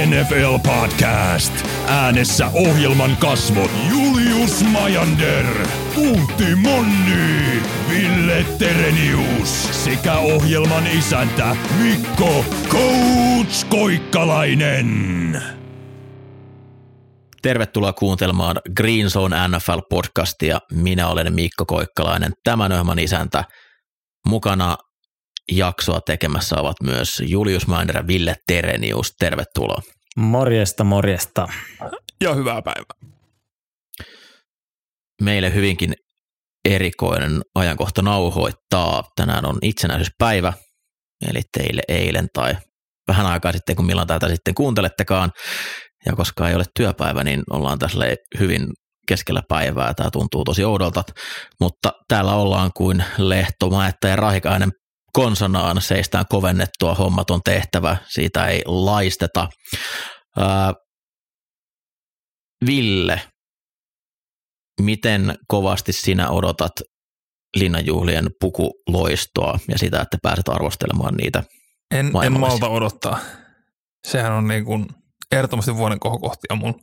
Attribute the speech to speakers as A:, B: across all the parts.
A: NFL Podcast. Äänessä ohjelman kasvot Julius Majander, Puutti Monni, Ville Terenius sekä ohjelman isäntä Mikko Coach Koikkalainen.
B: Tervetuloa kuuntelemaan Green Zone NFL-podcastia. Minä olen Mikko Koikkalainen, tämän ohjelman isäntä. Mukana jaksoa tekemässä ovat myös Julius Majander ja Ville Terenius. Tervetuloa.
C: Morjesta, morjesta.
D: Ja hyvää päivää.
B: Meille hyvinkin erikoinen ajankohta nauhoittaa. Tänään on itsenäisyyspäivä, eli teille eilen tai vähän aikaa sitten, kun milloin tätä sitten kuuntelettekaan. Ja koska ei ole työpäivä, niin ollaan tässä hyvin keskellä päivää. Tämä tuntuu tosi oudolta, mutta täällä ollaan kuin Lehtomaetta ja Rahikainen konsanaan, seistään kovennettua, hommat on tehtävä, siitä ei laisteta. Ville, miten kovasti sinä odotat linnanjuhlien pukuloistoa ja sitä, että pääset arvostelemaan niitä?
D: En malta odottaa. Sehän on niin kuin ehdottomasti vuoden kohokohtia mulla.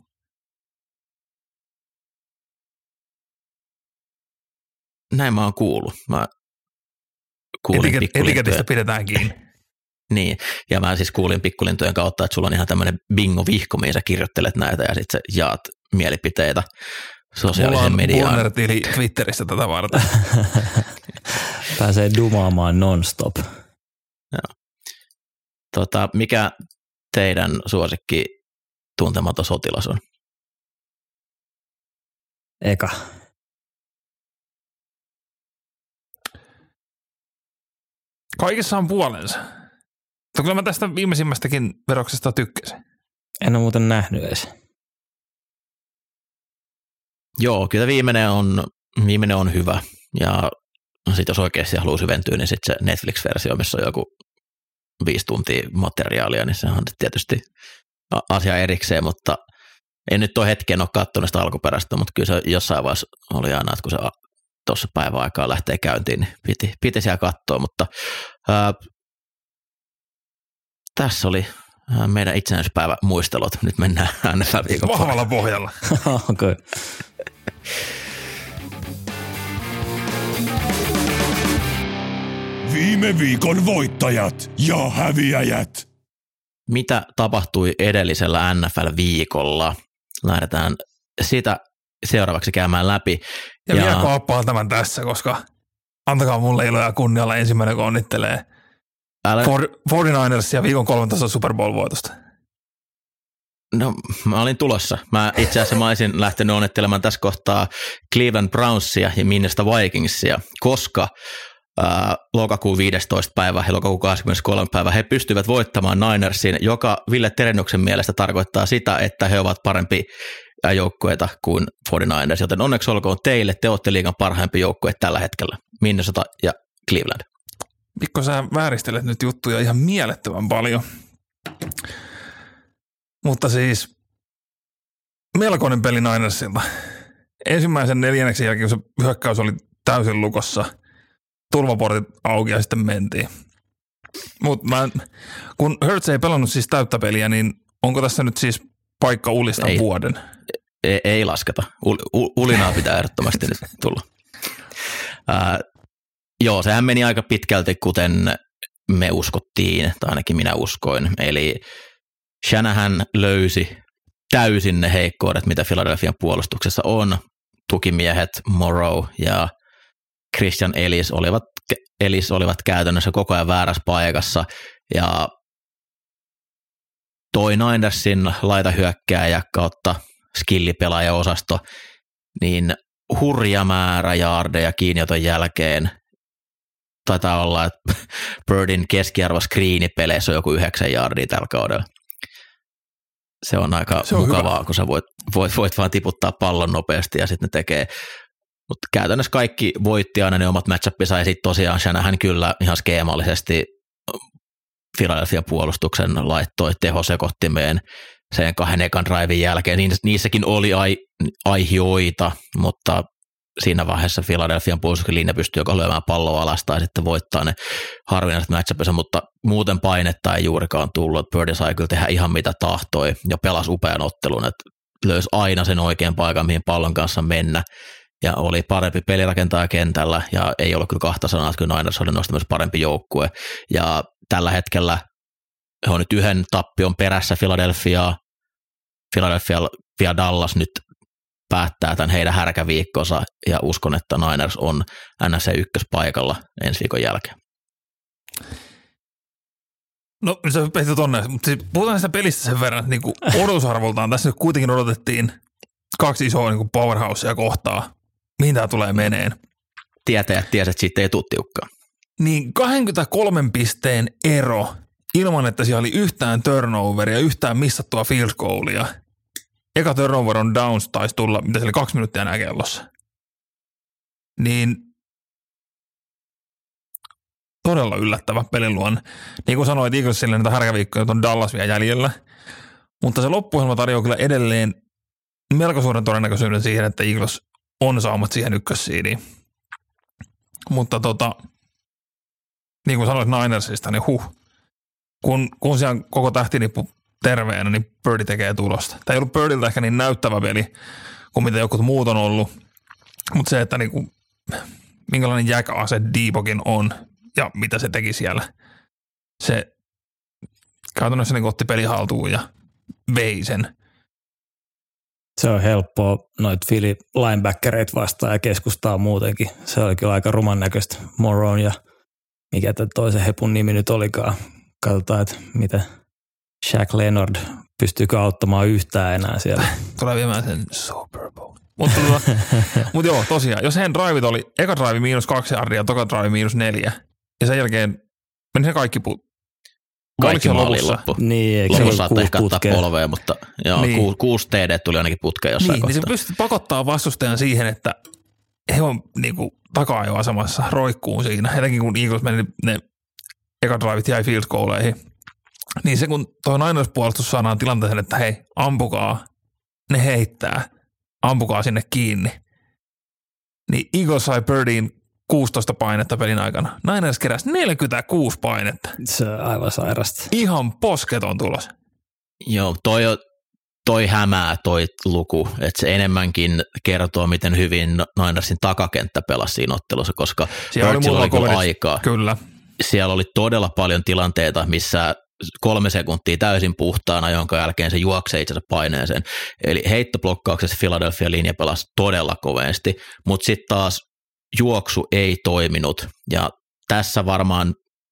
B: Näin mä oon kuullut. Mä kuulin
D: etiketistä pidetään kiinni.
B: Niin, ja mä siis kuulin pikkulintojen kautta, että sulla on ihan tämmöinen bingo-vihko, mihin sä kirjoittelet näitä ja sit sä jaat mielipiteitä sosiaalisen mediaan.
D: Mulla on Burner-tili Twitterissä tätä varten.
C: Pääsee dumaamaan non-stop.
B: Joo. Mikä teidän suosikki tuntematon sotilas on?
C: Eka.
D: Kaikessa on puolensa. Mutta kyllä mä tästä viimeisimmästäkin veroksesta tykkäsin.
C: En ole muuten nähnyt edes.
B: Joo, kyllä viimeinen on hyvä. Ja sitten jos oikeasti haluaa syventyä, niin sitten se Netflix-versio, missä on joku 5 tuntia materiaalia, niin se on tietysti asia erikseen, mutta en nyt tuo hetken ole katsonut sitä alkuperäistä, mutta kyllä se jossain vaiheessa oli aina, että kun se tuossa päivän aikaa lähtee käyntiin, niin piti siellä katsoa, mutta tässä oli meidän itsenäisyyspäivän muistelut. Nyt mennään NFL-viikon
D: vahvalla pohjalla.
C: Okay.
A: Viime viikon voittajat ja häviäjät.
B: Mitä tapahtui edellisellä NFL-viikolla? Lähdetään sitä seuraavaksi käymään läpi.
D: Ja vielä kaappaan tämän tässä, koska antakaa mulle iloja kunnialla ensimmäinen, kun onnittelee 49ers ja viikon 13 Super Bowl-voitosta.
B: No, mä olin tulossa. Mä itse asiassa olisin lähtenyt onnittelemaan tässä kohtaa Cleveland Brownsia ja Minnesota Vikingsia, koska lokakuun 15. päivä ja lokakuun 23. päivä he pystyvät voittamaan Ninersin, joka Ville Tereniuksen mielestä tarkoittaa sitä, että he ovat parempi joukkueita kuin 49ers, joten onneksi olkoon teille, te olette liigan parhaimpi joukkue tällä hetkellä, Minnesota ja Cleveland.
D: Mikko, sä vääristelet nyt juttuja ihan mielettömän paljon, mutta siis melkoinen peli Ninersilta. Ensimmäisen neljänneksen jälkeen, kun se hyökkäys oli täysin lukossa, turvaportit auki ja sitten mentiin. Mutta kun Hurts ei pelannut siis täyttä peliä, niin onko tässä nyt siis paikka ulista vuoden?
B: Ei lasketa. Ulinaa pitää ehdottomasti nyt tulla. Joo, sehän meni aika pitkälti, kuten me uskottiin, tai ainakin minä uskoin. Eli Shanahan löysi täysin ne heikkoudet, mitä Philadelphian puolustuksessa on. Tukimiehet Morrow ja Christian Ellis olivat käytännössä koko ajan väärässä paikassa, ja toi Ninersin laitahyökkääjä kautta skillipelaajaosasto, niin hurja määrä jaardeja kiinnioton jälkeen. Taitaa olla, että Birdin keskiarvo screenipeleissä on joku 9 jaardia tällä kaudella. Se on aika mukavaa, hyvä, kun sä voit vaan tiputtaa pallon nopeasti ja sitten ne tekee. Mutta käytännössä kaikki voitti aina ne omat matchupinsa, ja sitten tosiaan Shanahan kyllä ihan skeemallisesti Philadelphia puolustuksen laittoi tehosekottimeen sen 2 ekan driven jälkeen. Niissäkin oli aihioita, mutta siinä vaiheessa Philadelphian puolustuslinja pystyy joko lyömään palloa alas tai sitten voittaa ne harvinaiset matchupissa, mutta muuten painetta ei juurikaan tullut. Birdi sai kyllä tehdä ihan mitä tahtoi ja pelasi upean ottelun, että löysi aina sen oikean paikan, mihin pallon kanssa mennä ja oli parempi pelirakentaja kentällä ja ei ollut kyllä kahta sanaa, että kyllä Niners oli noista myös parempi joukkue ja tällä hetkellä he on nyt yhden tappion perässä Philadelphia Dallas nyt päättää tämän heidän härkäviikkonsa ja uskon, että Niners on NFC ykköspaikalla ensi viikon jälkeen.
D: No se pehti tonne, mutta siis puhutaan sitä pelistä sen verran, että niinku odotusarvoltaan tässä nyt kuitenkin odotettiin 2 isoa niinku powerhousea kohtaa, mihin tämä tulee meneen.
B: Tietäjät tiesi, että siitä ei tule tiukkaa.
D: Niin 23 pisteen ero ilman, että siellä oli yhtään turnoveria, yhtään missattua field goalia. Eka turnover on downs, taisi tulla, mitä se oli 2 minuuttia enää kellossa. Niin todella yllättävä pelin luonne. Niin kuin sanoit, Eaglesille näitä härkäviikkoja on Dallas vielä jäljellä, mutta se loppuohjelma tarjoaa kyllä edelleen melko suuren todennäköisyyden siihen, että Eagles on saamat siihen ykkössiidiin. Mutta niin kuin sanoit Ninersista, niin kun siellä koko tähtinippu terveenä, niin Birdi tekee tulosta. Tämä ei ollut Birdiltä ehkä niin näyttävä peli kuin mitä jotkut muut on ollut, mutta se, että niinku, minkälainen jäkäase Deebokin on ja mitä se teki siellä, se käytännössä niin otti peli haltuun ja vei sen.
C: Se on helppoa noita Philly linebackereita vastaan ja keskustaa muutenkin. Se oli kyllä aika ruman näköistä. Morone ja mikä tämän toisen hepun nimi nyt olikaan. Katsotaan, että mitä Shaq Leonard pystyykö auttamaan yhtään enää siellä.
D: Tulee viemään sen Super Bowl. Mutta joo, tosiaan, jos heidän drivit oli eka drive -2 yardia, toka drive -4 ja sen jälkeen meni se kaikki
B: Kaikki maaliin loppu.
C: Niin, eikö
B: lopussa saattaa ehkä ottaa polveen, mutta joo,
D: niin.
B: 6 TD tuli ainakin putkeen jossain
D: niin,
B: kohtaa.
D: Niin se pystyy pakottaa vastustajan siihen, että he on niinku taka-ajoasemassa roikkuun siinä. Etenkin kun Eagles meni ne eka drivit jäi field goaleihin. Niin se kun tuo Niners-puolustus saadaan tilanteeseen, että hei, ampukaa, ne heittää, ampukaa sinne kiinni. Niin Eagles sai Birdien 16 painetta pelin aikana. Niners keräsi 46 painetta.
C: Se on aivan sairasta.
D: Ihan posketon tulos.
B: Joo, toi hämää toi luku, että se enemmänkin kertoo, miten hyvin Ninersin takakenttä pelasi siinä ottelussa, koska Birdsilla oli kyllä aikaa.
D: Kyllä.
B: Siellä oli todella paljon tilanteita, missä 3 sekuntia täysin puhtaana, jonka jälkeen se juoksee itse asiassa paineeseen. Eli heittoblokkauksessa Philadelphia linja pelasi todella kovasti, mutta sitten taas juoksu ei toiminut. Ja tässä varmaan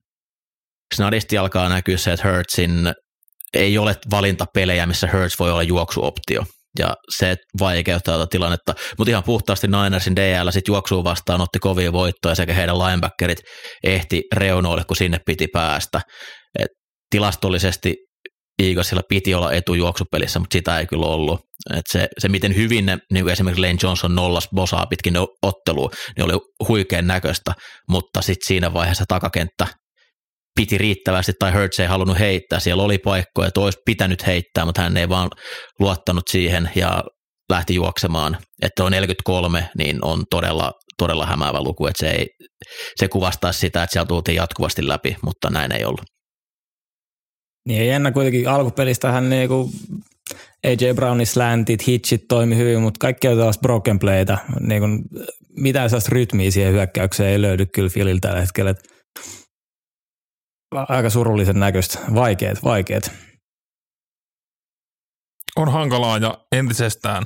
B: snadisti alkaa näkyä se, että Hurtsin ei ole valintapelejä, missä Hurts voi olla juoksuoptio. Ja se vaikeuttaa tätä tilannetta. Mutta ihan puhtaasti Ninersin DL sitten juoksuun vastaan otti kovia voittoja sekä heidän linebackerit ehti reunoille, kun sinne piti päästä. Et tilastollisesti Eaglesilla piti olla etu juoksupelissä, mutta sitä ei kyllä ollut. Et se miten hyvin ne, niin kuin esimerkiksi Lane Johnson nollas Bosaa pitkin ottelua, niin oli huikean näköistä, mutta sitten siinä vaiheessa takakenttä piti riittävästi tai Hurts ei halunnut heittää. Siellä oli paikkoja, että olisi pitänyt heittää, mutta hän ei vaan luottanut siihen ja lähti juoksemaan. Että on 43, niin on todella hämäävä luku, että se kuvastaa sitä, että siellä tultiin jatkuvasti läpi, mutta näin ei ollut.
C: Niin jännä kuitenkin alkupelistähän niinku AJ Brownin slantit, hitchit toimi hyvin, mutta kaikki on tällaista broken playtä. Niinku mitään sellaista rytmiä siihen hyökkäykseen ei löydy kyllä Phillyllä tällä hetkellä. Aika surullisen näköistä. Vaikeet.
D: On hankalaa ja entisestään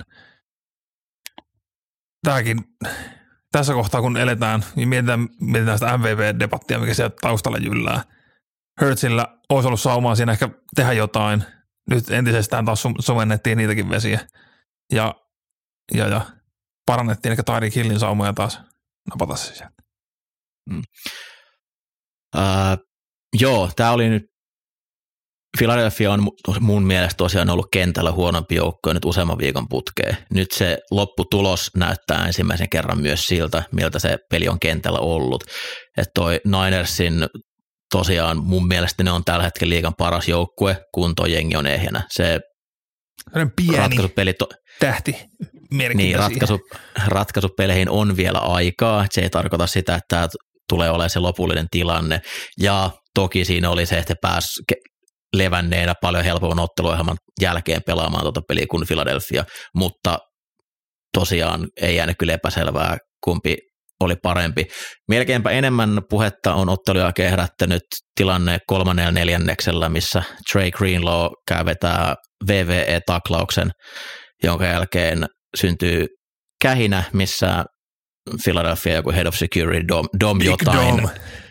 D: tämäkin tässä kohtaa kun eletään, niin mietitään sitä MVP-debattia, mikä sieltä taustalla jyllää. Hurtsillä olisi ollut saumaa siinä ehkä tehdä jotain. Nyt entisestään taas sumennettiin niitäkin vesiä. Ja parannettiin ehkä Tyreek Hillin saumoja taas napata se sieltä.
B: Joo, tämä oli nyt, Philadelphia on mun mielestä tosiaan ollut kentällä huonompi joukko nyt useamman viikon putkeen. Nyt se lopputulos näyttää ensimmäisen kerran myös siltä, miltä se peli on kentällä ollut. Että toi Ninersin tosiaan mun mielestä ne on tällä hetkellä liigan paras joukkue, kun toi jengi on ehjänä. Se
D: pieni.
B: ratkaisupeli,
D: tähti
B: Niin, ratkaisupeleihin on vielä aikaa. Se ei tarkoita sitä, että tämä tulee olemaan se lopullinen tilanne. Ja toki siinä oli se, että pääsi levänneenä paljon helpomman otteluohjelman jälkeen pelaamaan tuota peliä kuin Philadelphia, mutta tosiaan ei jäänyt kyllä epäselvää, kumpi oli parempi. Melkeinpä enemmän puhetta on ottelun jälkeen herättänyt tilanne 3/4, missä Trey Greenlaw käy vetää VVE-taklauksen, jonka jälkeen syntyy kähinä, missä Philadelphia joku head of security Dom jotain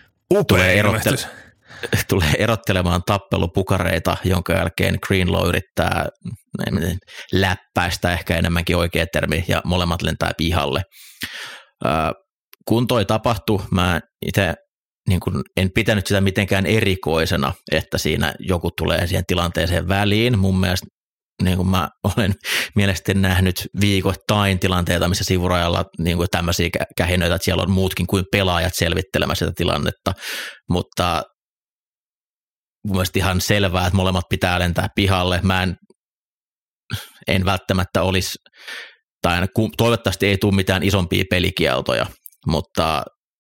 B: tulee erottelemaan tappelupukareita, jonka jälkeen Greenlaw yrittää läppäistä, ehkä enemmänkin oikea termi, ja molemmat lentää pihalle. Kun toi tapahtui, mä itse niin kun en pitänyt sitä mitenkään erikoisena, että siinä joku tulee siihen tilanteeseen väliin. Mun mielestä niin kuin mä olen mielestäni nähnyt viikoittain tilanteita, missä sivurajalla niin kuin tämmöisiä kähinöitä, että siellä on muutkin kuin pelaajat selvittelemässä sitä tilannetta, mutta mun mielestä ihan selvää, että molemmat pitää lentää pihalle. Mä en välttämättä olisi, tai toivottavasti ei tule mitään isompia pelikieltoja, mutta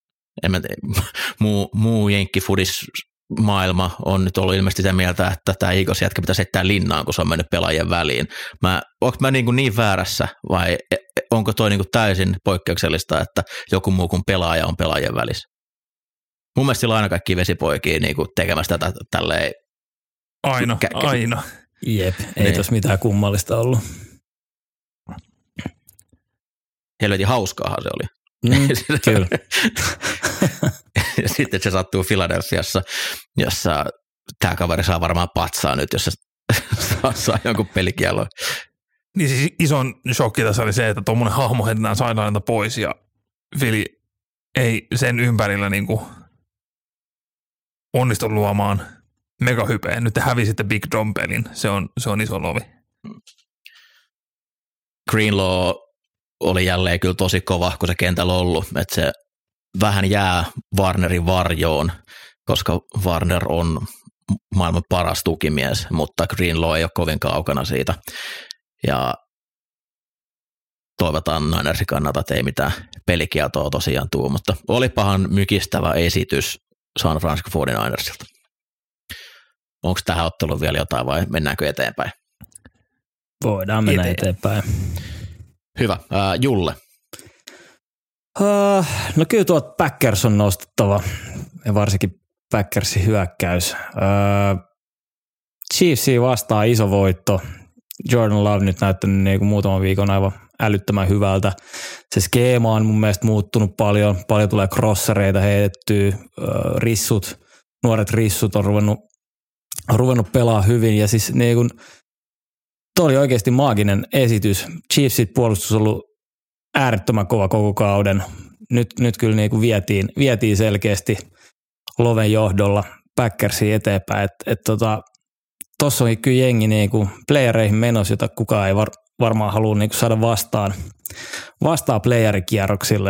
B: muu jenkkifudis-maailma on nyt ollut ilmeisesti sitä mieltä, että tämä Eagles-jätkä pitäisi heittää linnaan, kun se on mennyt pelaajien väliin. Onko mä niin väärässä vai onko toi niin täysin poikkeuksellista, että joku muu kuin pelaaja on pelaajien välissä? Mun mielestä sillä on aina kaikki vesipoikia niin tekemässä tätä tälleen.
D: Aina.
C: Jep, ei tossa mitään kummallista ollut.
B: Helvetin hauskaahan se oli.
C: Kyllä.
B: Ja sitten se sattuu Philadelphiassa, jossa tämä kaveri saa varmaan patsaa nyt, jos se saa jonkun pelikielon.
D: Niin siis ison shokki tässä oli se, että tuommoinen hahmo heitetään sairaalta pois ja Philly ei sen ympärillä niinku onnistu luomaan megahypeen. Nyt te hävisitte Big Dom-pelin. Se on iso lovi.
B: Greenlaw oli jälleen kyllä tosi kova, kun se kentällä on ollut, että se vähän jää Warnerin varjoon, koska Warner on maailman paras tukimies, mutta Greenlaw ei ole kovin kaukana siitä. Ja toivotaan Ninersin kannalta, että ei mitään pelikieltoa tosiaan tule, mutta olipahan mykistävä esitys San Francisco 49ersilta. Onko tähän otteluun vielä jotain vai mennäänkö eteenpäin?
C: Voidaan mennä eteenpäin.
B: Hyvä. Julle.
C: No kyllä tuo Packers on nostettava ja varsinkin Packersin hyökkäys. Chiefsia vastaan iso voitto. Jordan Love nyt näyttänyt niin kuin muutaman viikon aivan älyttömän hyvältä. Se skeema on mun mielestä muuttunut paljon. Paljon tulee crossereita heitettyä. Nuoret rissut on ruvennut pelaa hyvin ja siis niin kuin tuo oli oikeasti maaginen esitys. Chiefsit puolustus on ollut äärettömän kova koko kauden. Nyt kyllä niin kuin vietiin selkeästi Loven johdolla Packersiin eteenpäin. Tuossa on kyllä jengi niin kuin playereihin menossa, jota kukaan ei varmaan halua niin kuin saada vastaan playerikierroksille.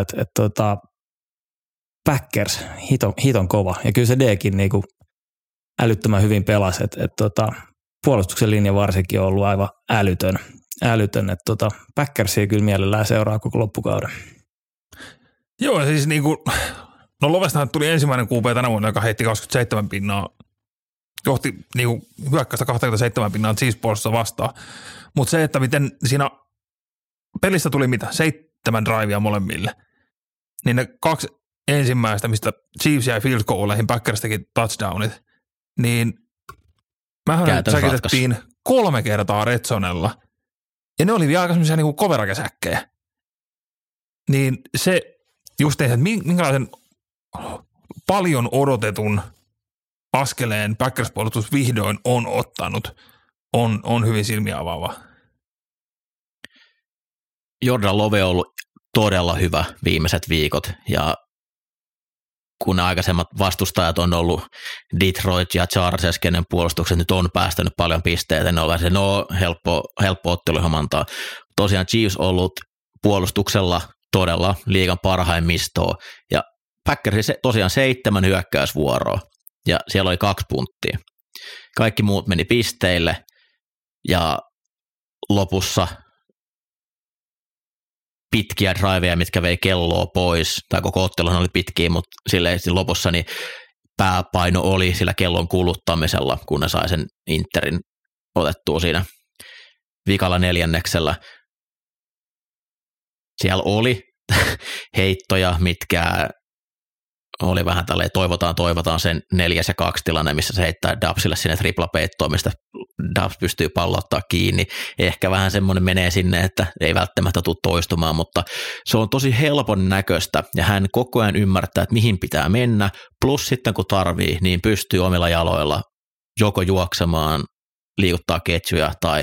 C: Packers hiton kova ja kyllä se Dkin niin kuin älyttömän hyvin pelasi. Puolustuksen linja varsinkin on ollut aivan älytön, että Packersia kyllä mielellään seuraa koko loppukauden.
D: Joo, siis niinku, no Lovestahan tuli ensimmäinen QB tänä vuonna, joka heitti 27 pinnaa, johti niinku hyökkäystä 27 pinnaa Chiefs-puolustusta vastaan, mutta se, että miten siinä pelissä tuli 7 drivea molemmille, niin ne 2 ensimmäistä, mistä Chiefs jäi field goaleihin, Packers teki touchdownit, niin mähän säkitettiin 3 kertaa Redsonella, ja ne oli vielä aika semmoisia niinku koverakesäkkejä. Niin se just että minkälaisen paljon odotetun askeleen Packers-puolustus vihdoin on ottanut, on hyvin silmiä avaava.
B: Jordan Love on ollut todella hyvä viimeiset viikot, ja kun aikaisemmat vastustajat on ollut Detroit ja Chargers, kenen puolustukset nyt on päästänyt paljon pisteitä, ne on vähän se, helppo otteluhamantaa. Tosiaan Chiefs on ollut puolustuksella todella liigan parhaimmistoa, ja Packers tosiaan 7 hyökkäysvuoroa, ja siellä oli 2 punttia. Kaikki muut meni pisteille, ja lopussa pitkiä driveja, mitkä vei kelloa pois, tai koko otteluhan oli pitkiä, mutta silleen lopussa niin pääpaino oli sillä kellon kuluttamisella, kun ne sai sen Interin otettua siinä vikalla neljänneksellä. Siellä oli heittoja, mitkä oli vähän tälleen toivotaan sen 4-2 tilanne, missä se heittää Dubsille sinne triplapeittoon, mistä Dubs pystyy pallottaa kiinni. Ehkä vähän semmoinen menee sinne, että ei välttämättä tule toistumaan, mutta se on tosi helpon näköistä ja hän koko ajan ymmärtää, että mihin pitää mennä, plus sitten kun tarvii, niin pystyy omilla jaloilla joko juoksemaan, liikuttaa ketjuja tai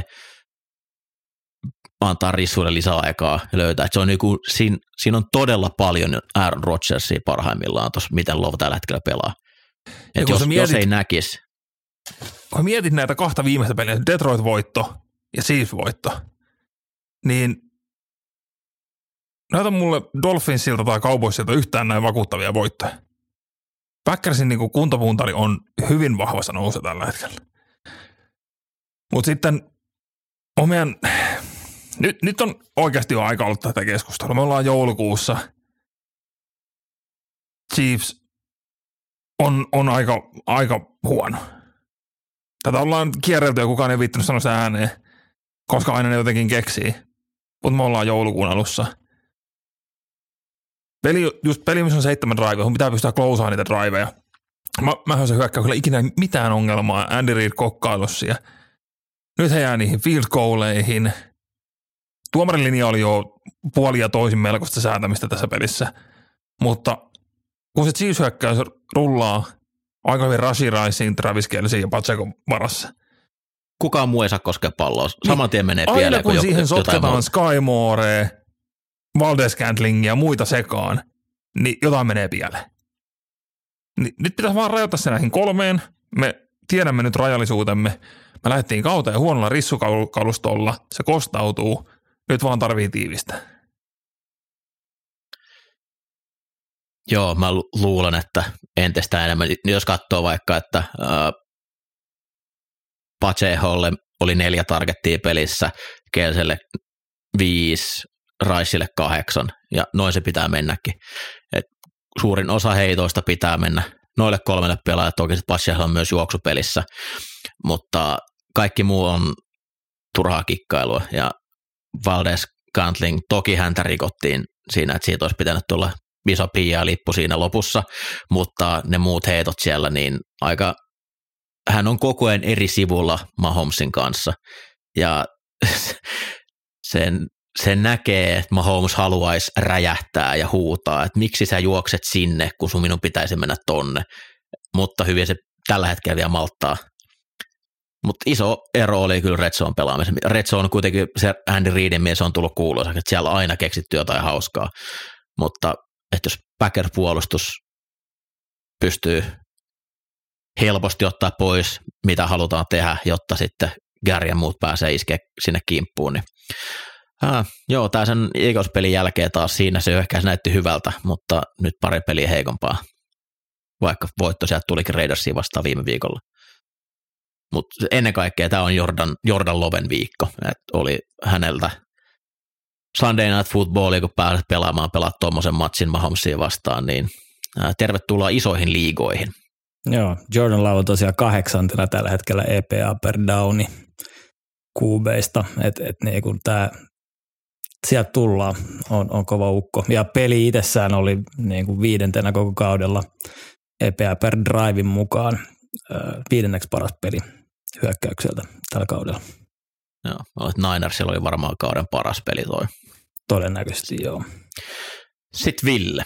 B: antaa rissuille lisäaikaa ja löytää. Että se on niinku, siinä on todella paljon Aaron Rodgersia parhaimmillaan tuossa, miten Love tällä hetkellä pelaa. Et jos ei näkisi.
D: Kun mietit näitä kahta viimeistä peliä, Detroit-voitto ja Chiefs-voitto, niin näytä mulle Dolphinsilta tai Cowboysilta yhtään näin vakuuttavia voittoja. Packersin niinku kuntopuntari on hyvin vahvassa nousu tällä hetkellä. Mutta sitten Nyt on oikeasti jo aika ollut tätä keskustelua. Me ollaan joulukuussa. Chiefs on aika huono. Tätä ollaan kierrelty ja kukaan ei viittynyt sanoa sitä ääneen, koska aina ne jotenkin keksii. Mutta me ollaan joulukuun alussa. Peli, missä on 7 drivea, sun pitää pystyä klousaamaan niitä driveja. Mä en se hyökkää kyllä ikinä mitään ongelmaa Andy Reid kokkailussa. Nyt he jää niihin field goaleihin. Tuomarin linja oli jo puoli ja toisin melkoista säätämistä tässä pelissä, mutta kun se Chiefs-hyökkäys rullaa aika hyvin Rashee Riceen, Travis Kelcein ja Pacheco varassa.
B: Kukaan muu ei saa koskea palloa. Saman tien menee pieleen.
D: Aina kun siihen sotketaan Sky Moore, Valdez-Scantlingia ja muita sekaan, niin jotain menee pieleen. Nyt pitäisi vaan rajoittaa se näihin 3. Me tiedämme nyt rajallisuutemme. Me lähdettiin kauteen huonolla rissukalustolla. Se kostautuu. Nyt vaan tarvii tiivistä.
B: Joo, mä luulen, että entistä enemmän. Jos katsoo vaikka, että Pachecolle oli 4 targettia pelissä, Kelselle 5, Ricelle 8, ja noin se pitää mennäkin. Et suurin osa heitoista pitää mennä noille 3 pelaajille, toki Pacheco on myös juoksupelissä, mutta kaikki muu on turhaa kikkailua, ja Valdez-Scantling, toki häntä rikottiin siinä, että siitä olisi pitänyt tulla iso lippu siinä lopussa, mutta ne muut heitot siellä, niin hän on koko ajan eri sivulla Mahomesin kanssa, ja sen näkee, että Mahomes haluaisi räjähtää ja huutaa, että miksi sä juokset sinne, kun minun pitäisi mennä tonne, mutta hyvin se tällä hetkellä vielä malttaa. Mutta iso ero oli kyllä Red Zone pelaamisen. Red Zone on kuitenkin se Andy Reidin mies on tullut kuuluisa, että siellä on aina keksitty jotain hauskaa. Mutta että jos Packer-puolustus pystyy helposti ottaa pois, mitä halutaan tehdä, jotta sitten Gary ja muut pääsee iskeä sinne kimppuun. Niin. Joo, tämä sen Eagles-pelin jälkeen taas siinä se hyökkäys näytti hyvältä, mutta nyt pari peliä heikompaa, vaikka voitto sieltä tulikin Raidersiin vastaan viime viikolla. Mutta ennen kaikkea tämä on Jordan Loven viikko. Et oli häneltä Sunday Night Footballia, kun pääset pelaat tuommoisen matsin Mahomesiin vastaan, niin tervetuloa isoihin liigoihin.
C: Joo, Jordan Love on tosiaan 8. tällä hetkellä EPA per downi QBista, että niin tämä sieltä tullaan, on kova ukko. Ja peli itsessään oli niin kuin 5. koko kaudella EPA per drivein mukaan 5. paras peli hyökkäykseltä tällä kaudella.
B: Joo, Ninersilla oli varmaan kauden paras peli toi.
C: Todennäköisesti, joo.
B: Sitten Ville.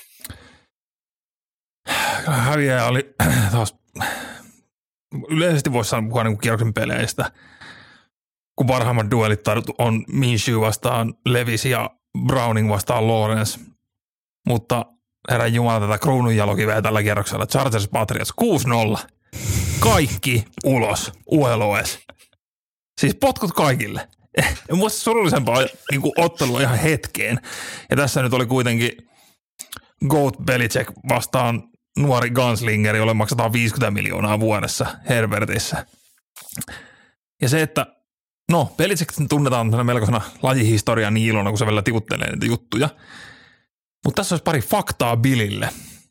D: Häviäjä oli taas, yleisesti voisi sanoa puhua niin kierroksen peleistä, kun parhaimmat duelit on Minshew vastaan Levis ja Browning vastaan Lawrence, mutta herran jumala tätä kruununjalokiveä tällä kierroksella. Chargers Patriots 6-0. Kaikki ulos ULOS. Siis potkut kaikille. En muista surullisempaa niin ottelua ihan hetkeen. Ja tässä nyt oli kuitenkin Goat Belichick vastaan nuori gunslinger, jolle maksataan 50 miljoonaa vuodessa Herbertissä. Ja se, että No, Belichick tunnetaan melkoisena lajihistorian niilona, kun se vielä tikuttelee niitä juttuja. Mutta tässä olisi pari faktaa Billille.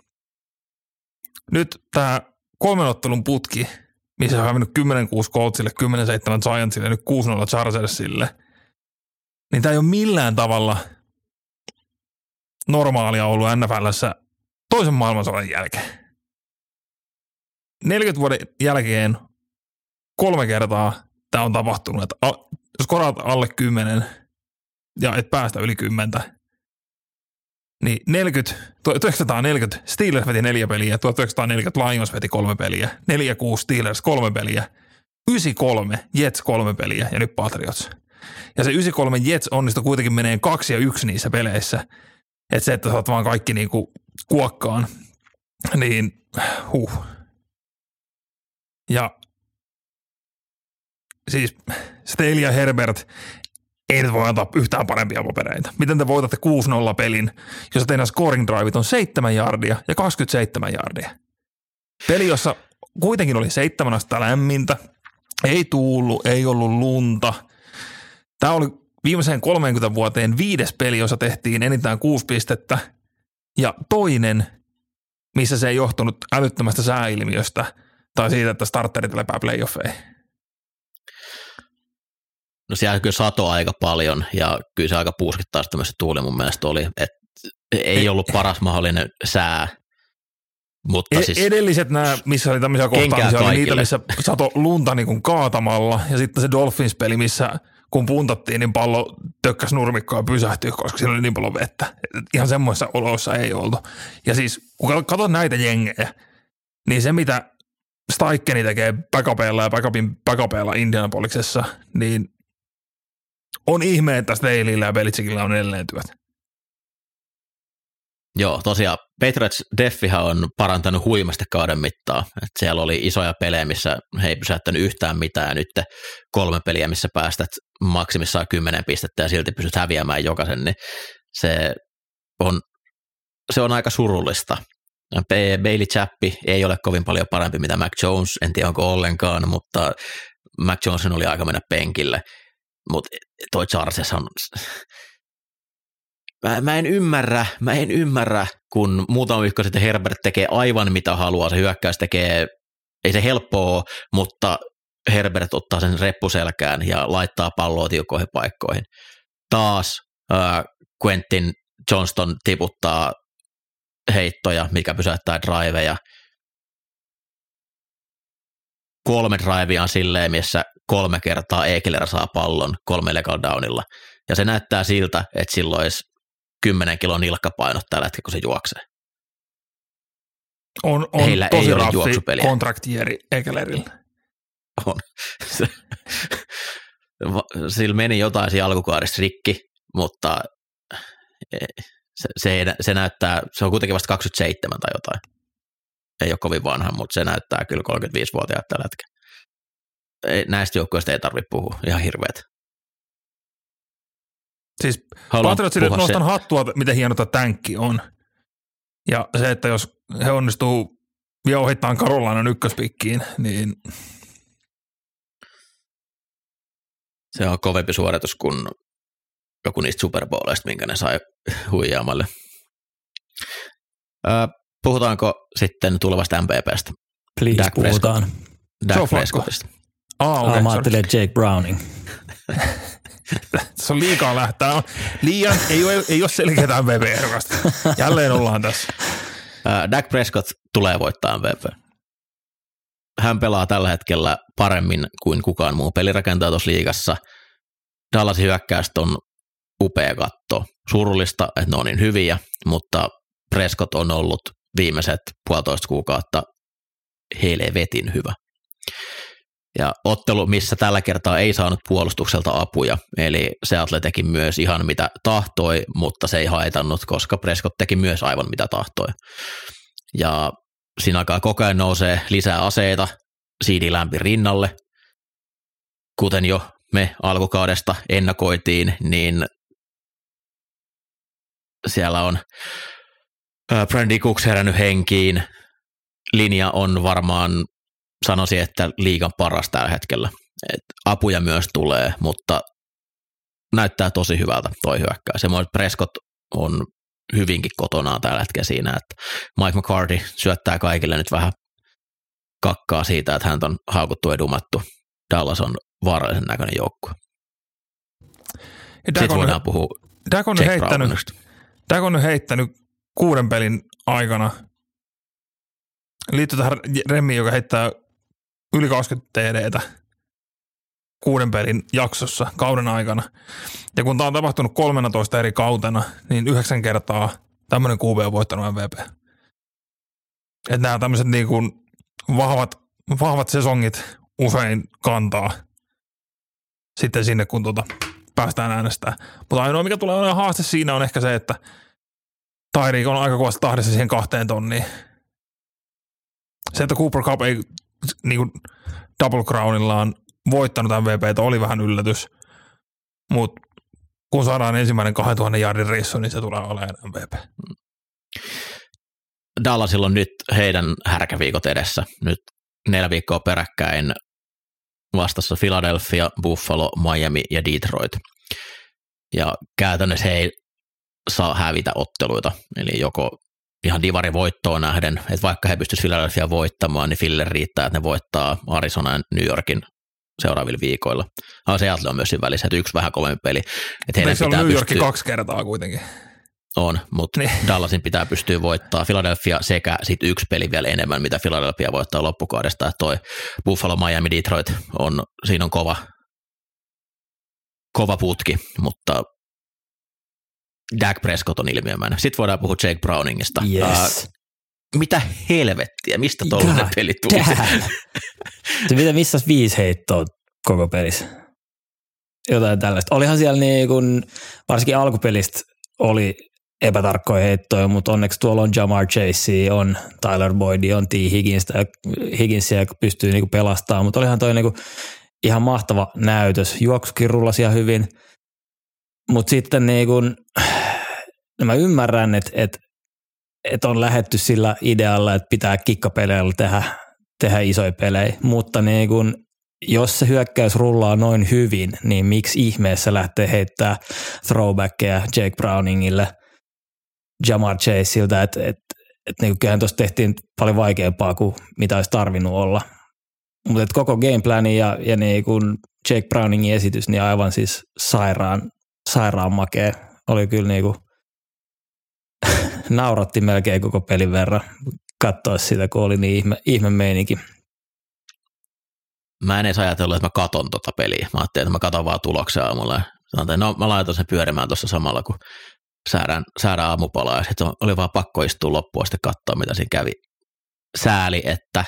D: Nyt tämä 3 ottelun putki, missä on hävinnyt 10-6 Coltsille, 10-7 Giantsille ja nyt 6-0 Chargersille, niin tämä ei ole millään tavalla normaalia ollut NFL:ssä toisen maailmansodan jälkeen. 40 vuoden jälkeen 3 kertaa tämä on tapahtunut, että jos koraat alle 10 ja et päästä yli 10, niin 1940 Steelers veti 4 peliä, 1940 Lions veti 3 peliä, 46 Steelers 3 peliä, 93 Jets 3 peliä ja nyt Patriots. Ja se 93 Jets onnistui kuitenkin meneen 2-1 niissä peleissä, että se, että saat vaan kaikki niinku kuokkaan, niin Ja siis Staley ja Herbert ei nyt voi antaa yhtään parempia papereita. Miten te voitatte 6-0 pelin, jossa teidän scoring driveit on 7 yardia ja 27 yardia? Peli, jossa kuitenkin oli 7 astetta lämmintä, ei tuullut, ei ollut lunta. Tämä oli viimeiseen 30 vuoteen 5. peli, jossa tehtiin enintään 6 pistettä ja toinen, missä se ei johtunut älyttömästä sääilmiöstä tai siitä, että starterit lepää playoffeihin.
B: No siellä kyllä satoi aika paljon ja kyllä se aika puuskittaista myös se tuuli mun mielestä oli, että ei ollut paras mahdollinen sää. Mutta siis
D: edelliset nämä, missä oli tämmöisiä kohtaamisia, oli niitä, missä sato lunta niin kuin kaatamalla ja sitten se Dolphins-peli, missä kun puntattiin, niin pallo tökkäsi nurmikkoa ja pysähtyi, koska siinä oli niin paljon vettä. Ihan semmoisissa oloissa ei oltu. Ja siis kun katsot näitä jengejä, niin se mitä Steicheni tekee backupeilla ja backupeilla Indianapolisessa, niin on ihme, että Staleyllä ja Belichickillä on edelleen työt.
B: Joo, tosiaan Patriots Deffihän on parantanut huimasti kauden mittaan. Et siellä oli isoja pelejä, missä he ei pysäyttänyt yhtään mitään. Nyt 3 peliä, missä päästät maksimissaan 10 pistettä ja silti pystyt häviämään jokaisen, niin se on aika surullista. Bailey Zappi ei ole kovin paljon parempi mitä Mac Jones, en tiedä onko ollenkaan, mutta Mac Jonesin oli aika mennä penkille. Mutta toi Chargers on... Mä en ymmärrä, kun muutama viikko sitten Herbert tekee aivan mitä haluaa, se hyökkäys tekee, ei se helppoa, mutta Herbert ottaa sen reppuselkään ja laittaa palloa tiukkoihin paikkoihin. Taas Quentin Johnston tiputtaa heittoja, mikä pysäyttää driveja. 3 drivea on silleen, missä 3 kertaa Ekeler saa pallon 3 legal downilla. Ja se näyttää siltä, että silloin olisi 10 kilon nilkkapainot tällä hetkellä, kun se juoksee.
D: On
B: heillä
D: tosi
B: ei ole
D: raffi
B: juoksupeliä.
D: Kontraktieri Ekelerillä.
B: On. Sillä meni jotain siinä alkukaudessa rikki, mutta se näyttää, se on kuitenkin vasta 27 tai jotain. Ei ole kovin vanha, mutta se näyttää kyllä 35-vuotiaat tällä hetkellä. Näistä joukkueista ei tarvitse puhua, ihan hirveät.
D: Siis Patriotsille nostan hattua, miten hieno tämä tänkki on. Ja se, että jos he onnistuu vielä ohittamaan Carolinan ykköspikkiin, niin...
B: Se on kovempi suoritus kuin joku niistä Super Bowleista, minkä ne sai huijaamalle. Puhutaanko sitten tulevasta MVPstä?
C: Please, puhutaan.
B: Dak Prescottista.
D: Okay,
C: mä ajattelin Jake Browning.
D: Se on liikaa lähtää. Liian, ei ole selkeää MVP-ehdokasta. Jälleen ollaan tässä.
B: Dak Prescott tulee voittaa MVP. Hän pelaa tällä hetkellä paremmin kuin kukaan muu pelirakentaja tuossa liigassa. Dallasin hyökkäystä on upea katto. Surullista, että ne on niin hyviä, mutta Prescott on ollut viimeiset 1,5 kuukautta helvetin hyvä. Ja ottelu, missä tällä kertaa ei saanut puolustukselta apuja, eli Seattle teki myös ihan mitä tahtoi, mutta se ei haitannut, koska Prescott teki myös aivan mitä tahtoi. Ja siinä alkaa koko ajan nousee lisää aseita CeeDee Lambin rinnalle, kuten jo me alkukaudesta ennakoitiin, niin siellä on Brandon Cooks herännyt henkiin, linja on varmaan sanoisin, että liigan paras tällä hetkellä. Et apuja myös tulee, mutta näyttää tosi hyvältä toi hyökkäys. Ja Prescott on hyvinkin kotonaan tällä hetkellä siinä, että Mike McCarthy syöttää kaikille nyt vähän kakkaa siitä, että häntä on haukuttu ja dumattu. Dallas on vaarallisen näköinen joukkue. Sitten voidaan puhua
D: Dak on nyt heittänyt 6 pelin aikana. Liittyy tähän remmiin, joka heittää yli 20 TD:tä 6 pelin jaksossa kauden aikana. Ja kun tämä on tapahtunut 13 eri kautena, niin 9 kertaa tämmöinen QB on voittanut MVP. Että nämä tämmöiset niin kuin vahvat sesongit usein kantaa sitten sinne, kun päästään äänestämään. Mutta ainoa, mikä tulee olemaan haaste siinä on ehkä se, että Tyreek on aika kovasti tahdissa siihen 2 tonniin. Se, että Cooper Kupp ei niin kuin Double Crownillaan voittanut MVP:tä oli vähän yllätys, mutta kun saadaan ensimmäinen 2000 jardin reissu, niin se tulee olemaan MVP.
B: Dallasilla on nyt heidän härkäviikot edessä. Nyt 4 viikkoa peräkkäin vastassa Philadelphia, Buffalo, Miami ja Detroit. Ja käytännössä he ei saa hävitä otteluita, eli joko ihan divarivoittoon nähden, että vaikka he pystyisivät Philadelphia voittamaan, niin Philille riittää, että ne voittaa Arizona ja New Yorkin seuraavilla viikoilla. Seattle on myös siinä välissä, että 1 vähän kovempi peli.
D: Eikö se ole New Yorkin 2 kertaa kuitenkin?
B: On, mutta niin. Dallasin pitää pystyä voittaa Philadelphia sekä sitten 1 peli vielä enemmän, mitä Philadelphia voittaa loppukaudesta. Että toi Buffalo, Miami, Detroit, siinä on kova putki, mutta Dak Prescott on ilmiömäinen. Sitten voidaan puhua Jake Browningista.
C: Yes.
B: Mitä helvettiä, mistä tollainen peli tuli?
C: Missä 5 heittoa koko pelissä? Jotain tällaista. Olihan siellä niin kun, varsinkin alkupelistä oli epätarkkoja heittoja, mutta onneksi tuolla on Jamar Chase, on Tyler Boyd, on T. Higginsia, joka pystyy niin pelastamaan, mutta olihan toi niin ihan mahtava näytös. Juoksukin rullasi ihan hyvin, mutta sitten niin kun, mä ymmärrän, että on lähdetty sillä idealla, että pitää kikkapeleillä tehdä isoja pelejä, mutta niin kun, jos se hyökkäys rullaa noin hyvin, niin miksi ihmeessä lähtee heittää throwbackeja Jake Browningille, Jamar Chaseilta, että niin kyllähän tuossa tehtiin paljon vaikeampaa kuin mitä olisi tarvinnut olla. Mutta koko gameplani ja niin kun Jake Browningin esitys, niin aivan siis sairaan makea. Oli kyllä niin kuin nauratti melkein koko pelin verran katsoa sitä, kun oli niin ihme meininki.
B: Mä en edes ajatellut, että mä katon tota peliä. Mä ajattelin, että mä katon vaan tuloksen aamulla. Sanoin, no mä laitan sen pyörimään tuossa samalla, kun säädään aamupalaa. Sitten oli vaan pakko istua loppuun sitten katsoa, mitä siinä kävi. Sääli, että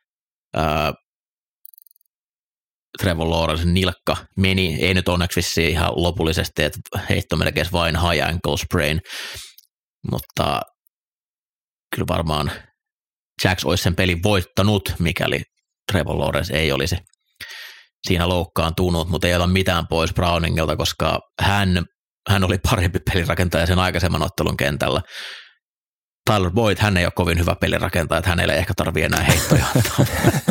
B: Trevor Lawrencen nilkka meni. Ei nyt onneksi vissiin ihan lopullisesti, että heitto melkein vain high ankle sprain. Mutta kyllä varmaan Jax olisi sen pelin voittanut, mikäli Trevor Lawrence ei olisi siinä loukkaantunut, mutta ei ole mitään pois Browningilta, koska hän oli parempi pelirakentaja sen aikaisemman ottelun kentällä. Tyler Boyd, hän ei ole kovin hyvä pelirakentaja, että hänelle ei ehkä tarvitse enää heittoja antaa.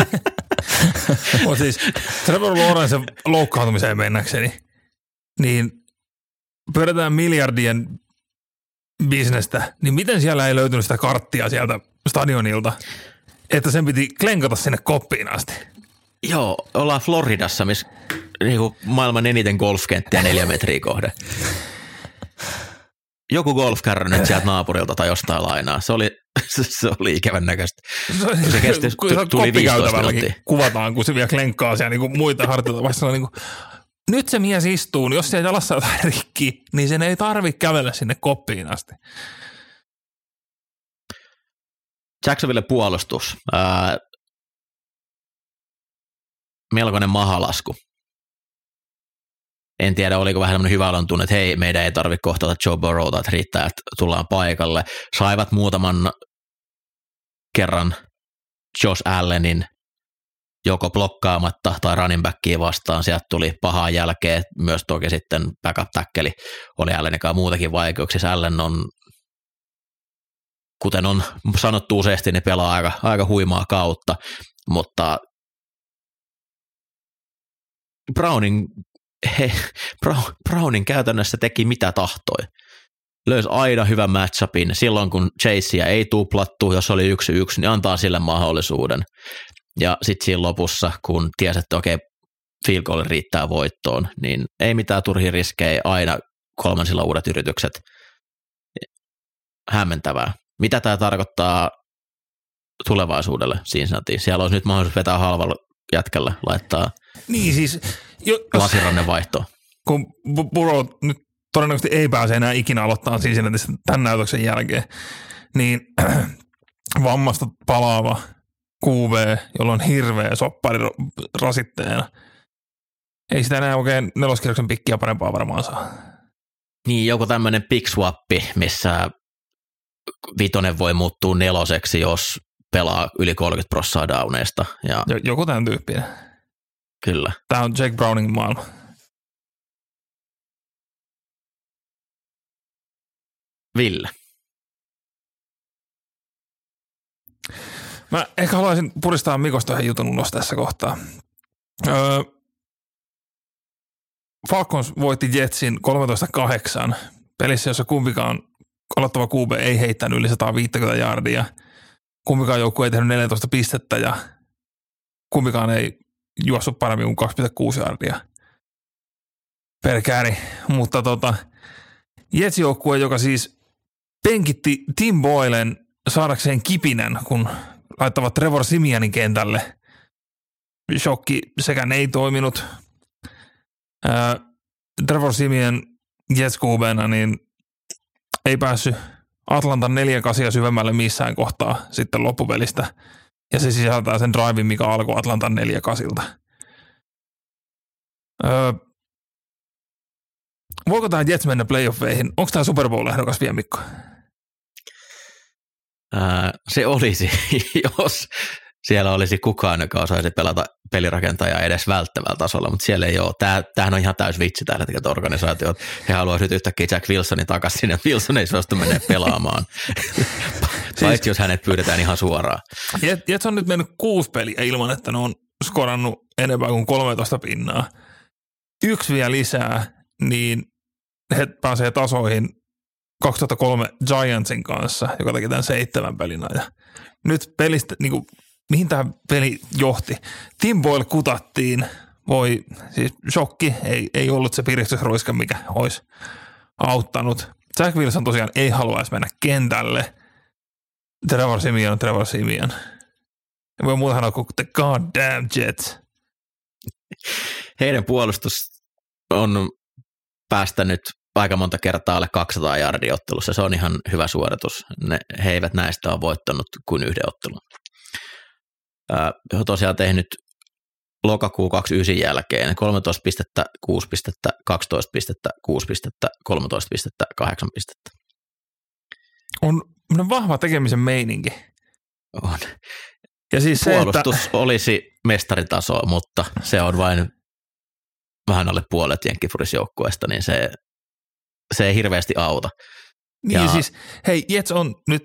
D: Siis Trevor Lawrencen loukkaantumiseen mennäkseni, niin pyöritään miljardien bisnestä, niin miten siellä ei löytynyt sitä karttia sieltä stadionilta, että sen piti klenkata sinne koppiin asti?
B: Joo, ollaan Floridassa, missä niinku maailman eniten golfkenttiä 4 metriä kohde. Joku golfkärry nyt sieltä naapurilta tai jostain lainaa. Se oli ikävän näköistä. Se kesti, tuli 15 minuuttia.
D: Kuvataan, kun se vielä klenkkaa siellä niinku muita hartioita. Vasta niinku, nyt se mies istuu, niin jos siellä jalassa jotain rikki, niin sen ei tarvitse kävellä sinne koppiin asti.
B: Jacksonville puolustus. Melkoinen mahalasku. En tiedä, oliko vähän sellainen hyvä tunne, että hei, meidän ei tarvitse kohtata Joe Burrowta, että riittää, että tullaan paikalle. Saivat muutaman kerran Josh Allenin joko blokkaamatta tai running backia vastaan. Sieltä tuli pahaa jälkeen, myös toki sitten backup-tackeli oli Allenikaan muutakin vaikeuksissa. Allen on, kuten on sanottu useasti, niin pelaa aika huimaa kautta, mutta Browning käytännössä teki mitä tahtoi. Löysi aina hyvän matchupin. Silloin kun Chasea ei tuplattu, jos oli 1-1, niin antaa sille mahdollisuuden. Ja sitten siinä lopussa, kun tiesi, että okei, field goal riittää voittoon, niin ei mitään turhia riskejä, aina kolmansilla uudet yritykset. Hämmentävää. Mitä tämä tarkoittaa tulevaisuudelle Cincinnati? Siellä olisi nyt mahdollisuus vetää halvalla jätkällä, laittaa
D: niin siis,
B: lasirannen vaihtoon.
D: Kun Burrow nyt todennäköisesti ei pääse enää ikinä aloittamaan Cincinnatissa tämän näytöksen jälkeen, niin vammasta palaava QB, jolla on hirveä soppari rasitteena. Ei sitä enää oikein neloskierroksen pikkiä parempaa varmaan saa.
B: Niin, joku tämmöinen pick swappi, missä vitonen voi muuttua neloseksi, jos pelaa yli 30% downeista. Ja
D: joku tämän tyyppinen.
B: Kyllä.
D: Tämä on Jake Browningin maailma.
B: Ville.
D: Mä ehkä haluaisin puristaa Mikosta yhden jutun ulos tässä kohtaa. Falcons voitti Jetsin 13-8 pelissä, jossa kumpikaan aloittava QB ei heittänyt yli 150 yardia. Kumpikaan joukkue ei tehnyt 14 pistettä ja kumpikaan ei juossut paremmin kuin 2,6 yardia per carry. Mutta Jetsin joukkue, joka siis penkitti Tim Boylen saadakseen kipinän, kun laittavat Trevor Siemianin kentälle. Shokki sekään ei toiminut. Trevor Siemian Jets QB:nä niin ei päässyt Atlantan 4-8 syvemmälle missään kohtaa sitten loppupelistä. Ja se sisältää sen drivin, mikä alkoi Atlantan 4-8. Voiko tämä Jets mennä playoffeihin? Onko tämä Super Bowl-ehdokas vielä, Mikko?
B: Se olisi, jos siellä olisi kukaan, joka osaisi pelata pelirakentajaa edes välttävällä tasolla, mutta siellä ei ole. Tämähän on ihan täys vitsi tällä hetkellä organisaatio. He haluaisivat nyt yhtäkkiä Jack Wilsonin takaisin sinne. Wilson ei suostu mennä pelaamaan, paitsi jos hänet pyydetään ihan suoraan.
D: Jets on nyt mennyt 6 peliä ilman, että ne on skorannut enemmän kuin 13 pinnaa. 1 vielä lisää, niin he pääsee tasoihin 2003 Giantsin kanssa, joka teki tämän 7 pelin ajan. Nyt pelistä, niin kuin, mihin tämä peli johti? Tim Boyle kutattiin, siis shokki, ei ollut se piristysruiska, mikä olisi auttanut. Jack Wilson tosiaan ei haluaisi mennä kentälle. Trevor Siemian. Ei voi muuta sanoa kuin the goddamn Jets.
B: Heidän puolustus on päästänyt aika monta kertaa alle 200 yardia ottelussa. Se on ihan hyvä suoritus. He eivät näistä ole voittanut kuin yhden ottelun. He on tosiaan tehnyt lokakuun 29 jälkeen 13 pistettä, 6 pistettä, 12 pistettä, 6 pistettä, 13 pistettä, 8 pistettä. On
D: vahva tekemisen meininki.
B: On.
D: Ja siis
B: puolustus olisi mestaritasoa, mutta se on vain vähän alle puolet jenkkifurisjoukkueesta, niin se ei hirveästi auta.
D: Niin ja siis, hei, Jets on nyt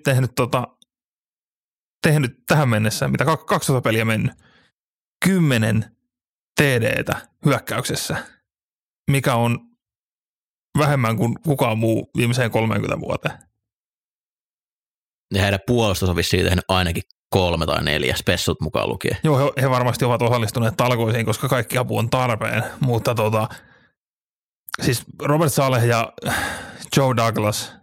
D: tehnyt tähän mennessä, mitä 200 peliä mennyt, 10 TD:tä hyökkäyksessä, mikä on vähemmän kuin kukaan muu viimeiseen 30 vuoteen.
B: Ja heidän puolustus on vissiin tehnyt ainakin 3 tai 4 spessut mukaan lukien.
D: Joo, he varmasti ovat osallistuneet talkoisiin, koska kaikki apu on tarpeen, mutta siis Robert Saleh ja Joe Douglas,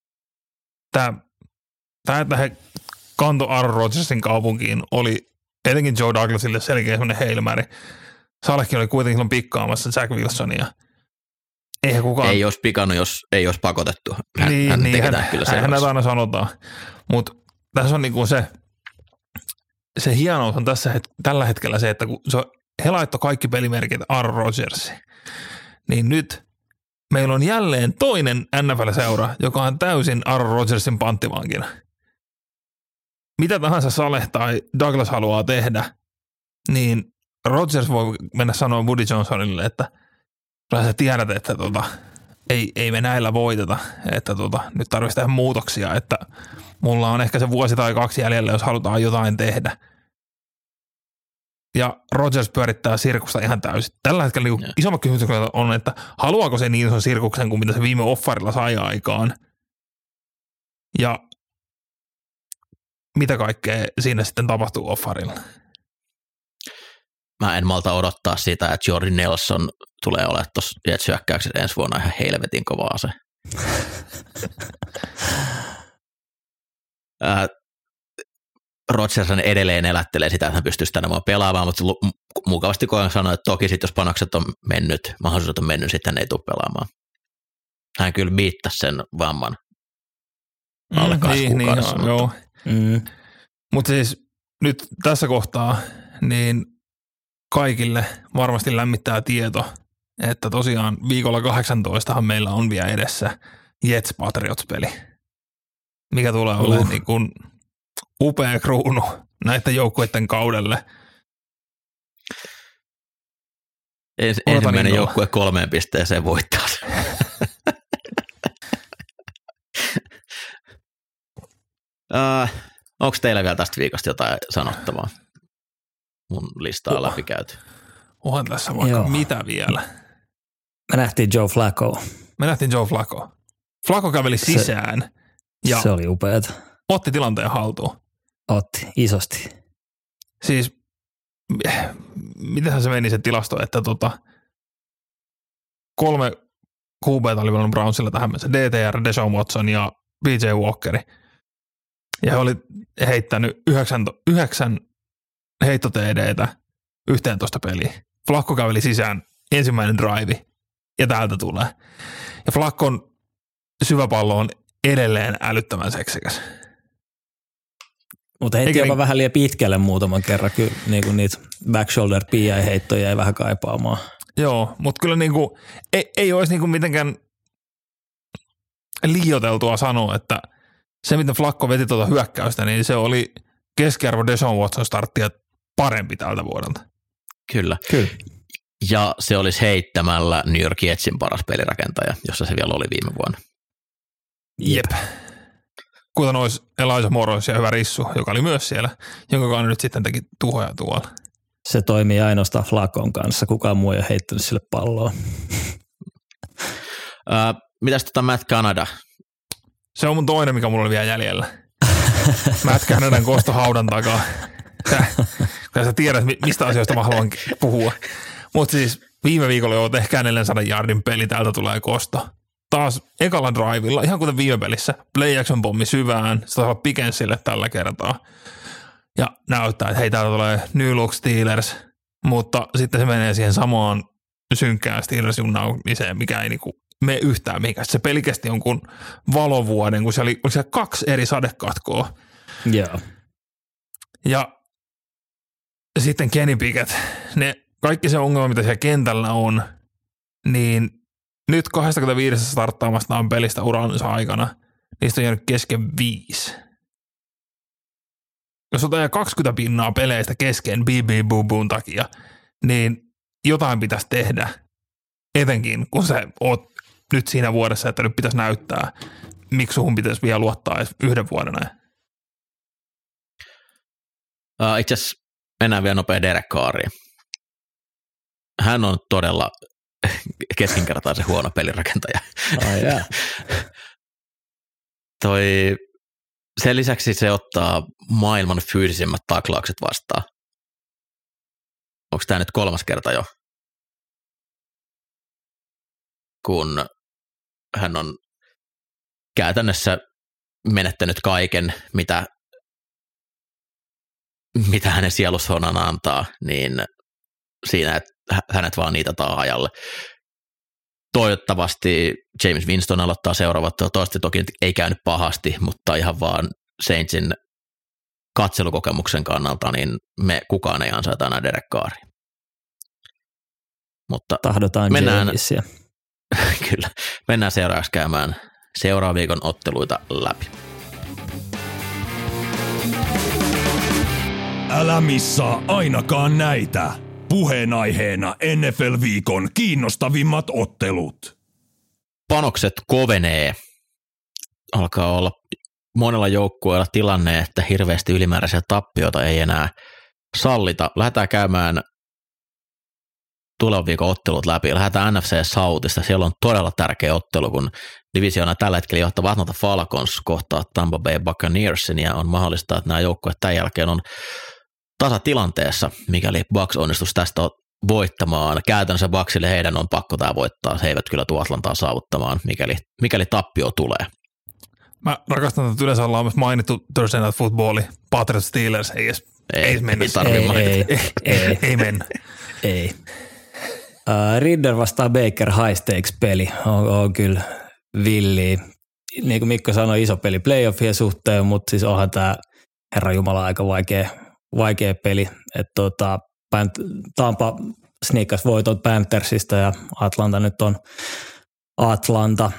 D: tämä, että he kanto Aaron Rodgersin kaupunkiin, oli etenkin Joe Douglasille selkeä semmoinen heilmäri. Salehkin oli kuitenkin silloin pikkaamassa Jack Wilsonia. Eihän kukaan...
B: Ei olisi pikannut, jos ei olisi pakotettu. Hän
D: aina sanotaan. Mutta tässä on niinku se hienous on tällä hetkellä se, että kun he laittoi kaikki pelimerkit Aaron Rodgersiin, niin nyt meillä on jälleen toinen NFL-seura, joka on täysin Aaron Rodgersin panttivankina. Mitä tahansa Saleh tai Douglas haluaa tehdä, niin Rodgers voi mennä sanoa Woody Johnsonille, että sä tiedät, että ei me näillä voiteta, että nyt tarvitsisi tehdä muutoksia, että mulla on ehkä se vuosi tai 2 jäljellä, jos halutaan jotain tehdä. ja Rodgers pyörittää sirkusta ihan täysin. Tällä hetkellä niin isommat kysymykset on, että haluaako se niin ison sirkuksen kuin mitä se viime offarilla sai aikaan. Ja mitä kaikkea siinä sitten tapahtuu offarilla?
B: Mä en malta odottaa sitä, että Jordi Nelson tulee olemaan tuossa Jets-hyökkäyksessä ensi vuonna ihan helvetin kova ase. Rodgers edelleen elättelee sitä, että hän pystyisi tänne vaan pelaamaan, mutta mukavasti koen sanoa, että toki sitten jos panokset on mennyt, mahdollisuudet on mennyt, sitten hän ei tule pelaamaan. Hän kyllä miittasi sen vamman alle 2 kuukaudessa.
D: Joo. Mutta siis nyt tässä kohtaa niin kaikille varmasti lämmittää tieto, että tosiaan viikolla 18 meillä on vielä edessä Jets Patriots-peli, mikä tulee olemaan niin kuin upea kruunu näiden joukkueiden kaudelle.
B: Ensimmäinen joukkue 3 pisteeseen voittaa. Onko teillä vielä tästä viikosta jotain sanottavaa? Mun listaa on läpikäyty.
D: Onhan tässä vaikka mitä vielä.
C: Me nähtiin Joe Flacco.
D: Flacco käveli sisään. Ja
C: se oli upeata.
D: Otti tilanteen haltuun.
C: Otti, isosti.
D: Siis, mitenhän se meni se tilasto, että 3 QB:tä oli pelannut Brownsilla tähän mennessä. DTR, Deshaun Watson ja PJ Walkeri. Ja he oli heittänyt 9 heitto-TD:tä 11 peliä. Flacco käveli sisään ensimmäinen drive ja täältä tulee. Ja Flaccon syväpallo on edelleen älyttömän seksikäs.
C: Mutta heitti jopa vähän liian pitkälle muutaman kerran. Kyllä niinku niitä backshoulder PI-heittoja jäi vähän kaipaamaan.
D: Joo, mutta kyllä niinku, ei olisi niinku mitenkään liioiteltua sanoa, että se, miten Flacco veti tuota hyökkäystä, niin se oli keskiarvo Deshaun Watson starttia parempi tältä vuodelta.
B: Kyllä. Ja se olisi heittämällä New York Jetsin paras pelirakentaja, jossa se vielä oli viime vuonna.
D: Jep. Kuten olisi Elijah Morris ja hyvä Rissu, joka oli myös siellä, jonka nyt sitten teki tuhoja tuolla.
C: Se toimii ainoastaan Flaccon kanssa. Kukaan muu ei ole heittänyt sille palloa.
B: Mitäs Matt Canada?
D: Se on mun toinen, mikä mulla oli vielä jäljellä. Matt Canadan kosto haudan takaa. Sä tiedät, mistä asioista mä haluan puhua. Mutta siis viime viikolla jo ehkä 400 yardin peli, täältä tulee kosto. Taas ekalla drivilla, ihan kuten viime pelissä, play action pommi syvään, se taisi olla Pickensille tällä kertaa. Ja näyttää, että hei, täältä tulee New Look Steelers, mutta sitten se menee siihen samaan synkkään Steelers-junnaumiseen, mikä ei niinku mene yhtään mihinkään. Se peli kesti jonkun valovuoden, kun siellä oli 2 eri sadekatkoa.
C: Joo.
D: Ja sitten Kenny Pickett, kaikki se ongelma, mitä siellä kentällä on, niin nyt 25 starttaamastaan pelistä uransa aikana, niistä on jäänyt kesken 5. Jos otetaan 20% peleistä kesken BB-bubuun takia, niin jotain pitäisi tehdä, etenkin kun sä oot nyt siinä vuodessa, että nyt pitäisi näyttää, miksi suhun pitäisi vielä luottaa edes 1 vuoden ajan.
B: Itse asiassa mennään vielä nopea Derek Carriin. Hän on todella keskinkertaisen huono pelirakentaja. Sen lisäksi se ottaa maailman fyysisimmät taklaukset vastaan. Onko tämä nyt 3. kerta jo? Kun hän on käytännössä menettänyt kaiken, mitä hänen sielussonan antaa, niin siinä, että hänet vaan niitä ajalle. Toivottavasti James Winston aloittaa seuraavat, toivottavasti toki ei käynyt pahasti, mutta ihan vaan Saintsin katselukokemuksen kannalta, niin kukaan ei ansaita enää Derek Carria. Mutta
C: tahdotaan Jamiesia.
B: Kyllä, mennään seuraavaksi käymään seuraavan viikon otteluita läpi.
A: Älä missaa ainakaan näitä. Puheenaiheena NFL-viikon kiinnostavimmat ottelut.
B: Panokset kovenee. Alkaa olla monella joukkueella tilanne, että hirveästi ylimääräisiä tappioita ei enää sallita, lähdetään käymään tulevan viikon ottelut läpi. Lähdetään NFC Southista. Siellä on todella tärkeä ottelu, kun divisioona tällä hetkellä johtava Atlanta Falcons kohtaa Tampa Bay Buccaneersin, ja on mahdollista, että nämä joukkueet tämän jälkeen on tasatilanteessa, mikäli Bucs onnistuisi tästä voittamaan. Käytännössä Bucsille heidän on pakko tämä voittaa. He eivät kyllä tuo Atlantaa saavuttamaan, mikäli tappio tulee.
D: Mä rakastan, että yleensä ollaan myös mainittu Thursday Night Footballi, Patriots Steelers, ei mennä. Ei mennä.
C: Ei. Ridder vastaa Baker high stakes peli on kyllä villiä. Niin kuin Mikko sanoi, iso peli playoffien suhteen, mutta siis onhan tämä Herra Jumala aika vaikea peli. Että Tampa sniikas voitot Panthersista ja Atlanta nyt on Atlanta.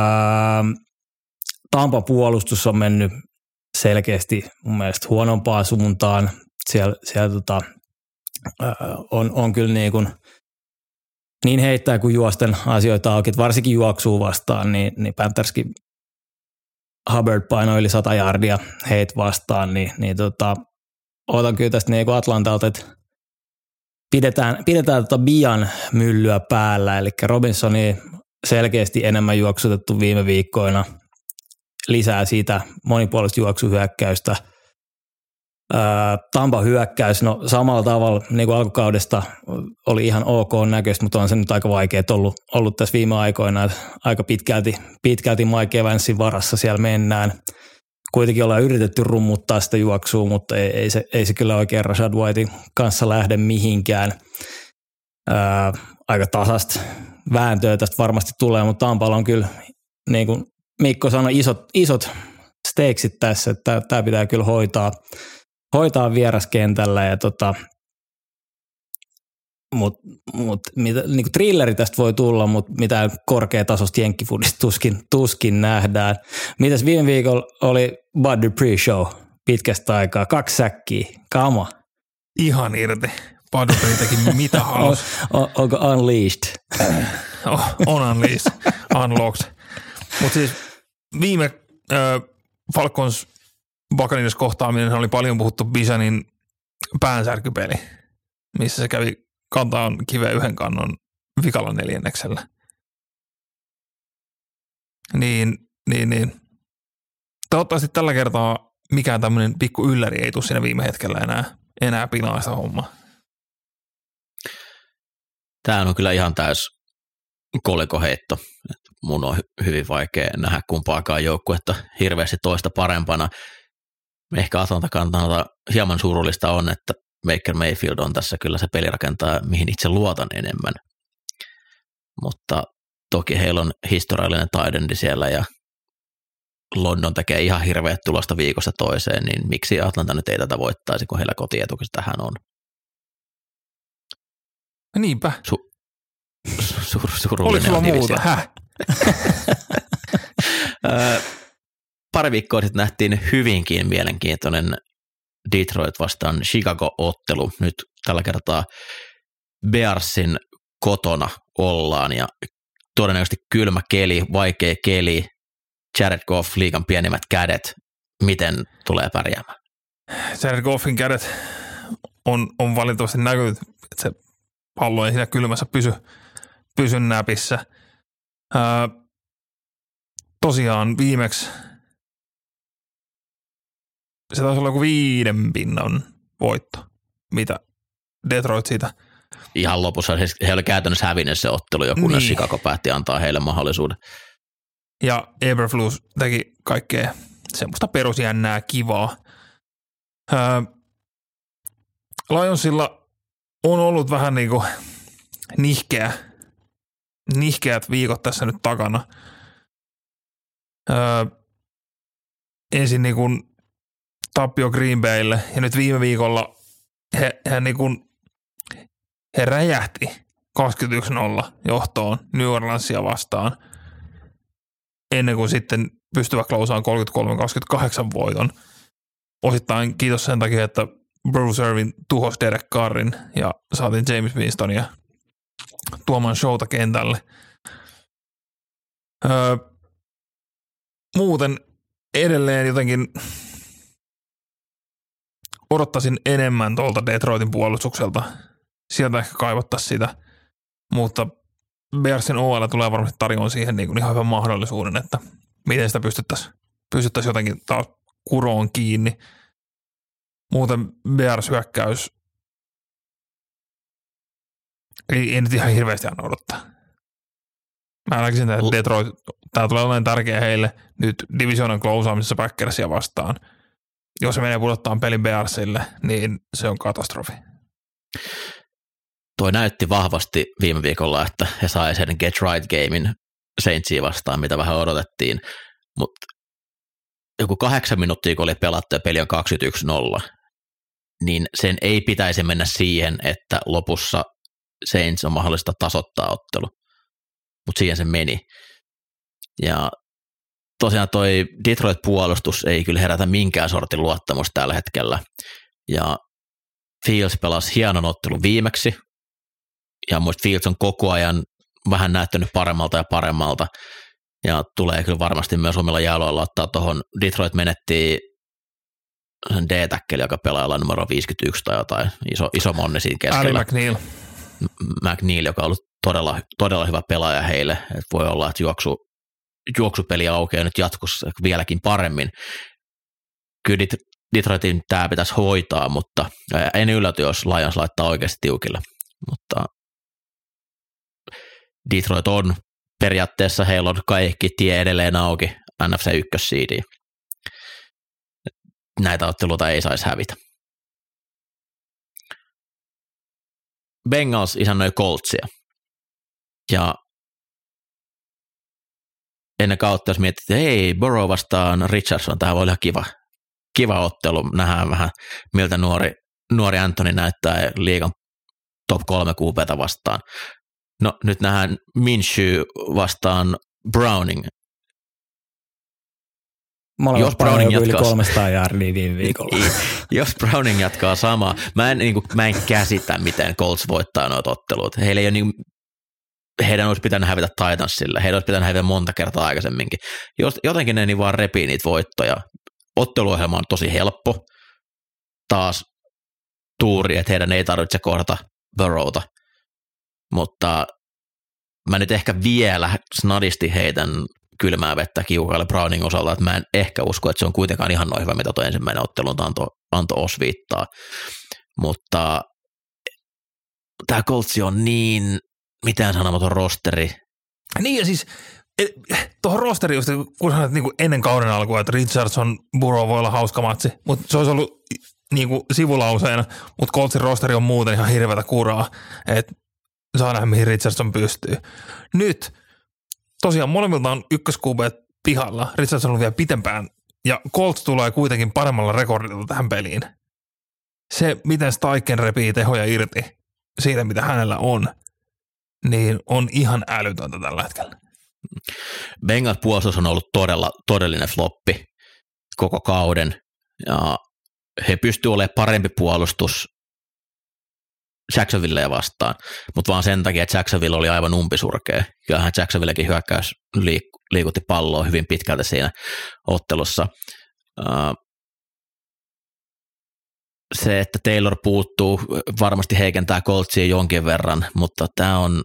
C: Tampa puolustus on mennyt selkeästi mun mielestä huonompaan suuntaan. Siellä on kyllä niin heittää kuin juosten asioita auki, että varsinkin juoksuu vastaan, niin Pantherskin Hubbard painoi yli 100 yardia heit vastaan, niin odotan kyllä tästä niin Atlantalta, että pidetään Bian myllyä päällä, eli Robinsoni selkeästi enemmän juoksutettu viime viikkoina, lisää siitä monipuolista juoksuhyökkäystä. Tampa hyökkäys, no samalla tavalla niin kuin alkukaudesta oli ihan ok näköistä, mutta on se nyt aika vaikea ollut tässä viime aikoina, että aika pitkälti Mike Evansin varassa siellä mennään. Kuitenkin ollaan yritetty rummuttaa sitä juoksua, mutta ei se kyllä oikein Rashad Whitein kanssa lähde mihinkään. Aika tasasta vääntöä tästä varmasti tulee, mutta Tampalla on kyllä, niin kuin Mikko sanoi, isot steeksit tässä, että tämä pitää kyllä hoitaa vieraskentällä ja mutta niinku thrilleri tästä voi tulla, mutta mitään korkeatasoista jenkkifudista tuskin nähdään. Mitäs viime viikolla oli Bud Dupree show pitkästä aikaa, 2 säkkiä, kama.
D: Ihan irti. Bud Dupree teki mitä halusi.
C: Onko unleashed?
D: On unleashed, unlocked. Mutta siis viime Falcons Buccaneers kohtaaminen oli paljon puhuttu Bisanin päänsärkypeli, missä se kävi kantaan kiveä yhden kannon vikalla 4. Niin. Toivottavasti tällä kertaa mikään tämmöinen pikku ylläri ei tule siinä viime hetkellä enää pilaa sitä hommaa.
B: Tämä on kyllä ihan täys kolikoheitto. Mun on hyvin vaikea nähdä kumpaakaan joukkuetta hirveästi toista parempana. Ehkä Atlanta kannalta hieman surullista on, että Baker Mayfield on tässä kyllä se pelirakentaja, mihin itse luotan enemmän. Mutta toki heillä on historiallinen taidendi siellä ja London tekee ihan hirveät tulosta viikosta toiseen, niin miksi Atlanta nyt ei tätä voittaisi, kun heillä kotietukin tähän on?
D: Niinpä.
B: Surullinen
D: oliko sulla muuta?
B: Pari viikkoa sitten nähtiin hyvinkin mielenkiintoinen Detroit vastaan Chicago-ottelu. Nyt tällä kertaa Bearsin kotona ollaan ja todennäköisesti kylmä keli, vaikea keli, Jared Goff, liigan pienimmät kädet. Miten tulee pärjäämään?
D: Jared Goffin kädet on valitettavasti näkynyt, että se pallo ei siinä kylmässä pysy näpissä. Tosiaan viimeksi se taisi olla joku 5 pinnan voitto, mitä Detroit siitä.
B: Ihan lopussa he oli käytännössä hävinnyt se ottelu jo, kunnes niin. Chicago päätti antaa heille mahdollisuuden.
D: Ja Eberflus teki kaikkea semmoista perusjännää kivaa. Lionsilla on ollut vähän niin kuin nihkeät viikot tässä nyt takana. Ensin niin kuin tappio Green Baylle ja nyt viime viikolla he räjähti 21-0 johtoon New Orleansia vastaan ennen kuin sitten pystyvät klousaan 33-28 voiton. Osittain kiitos sen takia, että Bruce Irvin tuhos Derek Carrin ja saatiin James Winstonia tuomaan showta kentälle. Muuten edelleen jotenkin odottaisin enemmän tuolta Detroitin puolustukselta. Sieltä ehkä kaivattaisiin sitä, mutta Bearsin OL tulee varmasti tarjoamaan siihen niin kuin ihan hyvän mahdollisuuden, että miten sitä pystyttäisiin jotenkin taas kuroon kiinni. Muuten Bears hyökkäys ei nyt ihan hirveästi aina odottaa. Mä näkisin, että Detroit, tää tulee olemaan tärkeä heille nyt divisioonan closeaamisessa Packersia vastaan. Jos se menee pudottaa pelin Bearsille, niin se on katastrofi.
B: Toi näytti vahvasti viime viikolla, että he sai sen Get Right-gamein Saintsia vastaan, mitä vähän odotettiin, mutta joku 8 minuuttia, kun oli pelattu ja peli on 21-0, niin sen ei pitäisi mennä siihen, että lopussa Saints on mahdollista tasoittaa ottelu, mutta siihen se meni. Ja tosiaan toi Detroit-puolustus ei kyllä herätä minkään sortin luottamusta tällä hetkellä, ja Fields pelasi hienon ottelun viimeksi, ja muista Fields on koko ajan vähän näyttänyt paremmalta ja paremmalta, ja tulee kyllä varmasti myös omilla jaloilla ottaa tuohon. Detroit menetti sen D-täkkeli, joka pelaajalla numero 51 tai jotain, iso monni siinä keskellä. McNeil, joka on ollut todella hyvä pelaaja heille, että voi olla, että juoksupeli aukeaa nyt jatkossa vieläkin paremmin. Kyllä Detroitin tämä pitäisi hoitaa, mutta en ylläty, jos Lions laittaa oikeasti tiukille, mutta Detroit on periaatteessa, heillä on kaikki tie edelleen auki NFC 1-seediin. Näitä otteluita ei saisi hävitä. Bengals isännöi Coltsia. Ja ennen kautta, jos miettii, että hei, Burrow vastaan Richardson, tämä voi olla kiva ottelu. Nähdään vähän, miltä nuori Anthony näyttää liigan top 3 QB:tä vastaan. No nyt nähdään Minshew vastaan Browning.
C: Jos Browning jatkaa yli 300 yardia viime viikolla.
B: Jos Browning jatkaa samaa, mä en käsitä, miten Colts voittaa noita otteluita. Heidän olisi pitänyt hävitä Titansille, heidän olisi pitänyt hävitä monta kertaa aikaisemminkin. Jotenkin ne niin vaan repii niitä voittoja. Otteluohjelma on tosi helppo. Taas tuuri, että heidän ei tarvitse kohdata Burrowta. Mutta mä nyt ehkä vielä snadisti heitän kylmää vettä kiukaille Browning osalta, että mä en ehkä usko, että se on kuitenkaan ihan noin hyvä, mitä tuo ensimmäinen ottelu antoi osviittaa. Mutta tämä Coltsi on niin mitään sanomaton rosteri.
D: Niin ja siis tuohon rosteriin, kun sanoit niin ennen kauden alkua, että Richardson, Burrow voi olla hauska matsi, mutta se olisi ollut niin kuin sivulauseena, mutta Coltsin rosteri on muuten ihan hirveätä kuraa, että saa nähdä, mihin Richardson pystyy. Nyt tosiaan molemmilta on ykköskuubeet pihalla, Richardson on vielä pitempään, ja Colts tulee kuitenkin paremmalla rekordilla tähän peliin. Se, miten Steichen repii tehoja irti siitä, mitä hänellä on, niin on ihan älytöntä tällä hetkellä.
B: Bengals puolustus on ollut todellinen floppi koko kauden, ja he pystyvät olemaan parempi puolustus Jacksonvillea vastaan, mutta vaan sen takia, että Jacksonville oli aivan umpisurkea. Kyllähän Jacksonvillekin hyökkäys liikutti palloa hyvin pitkälti siinä ottelussa. Se, että Taylor puuttuu, varmasti heikentää Coltsia jonkin verran, mutta tämä on,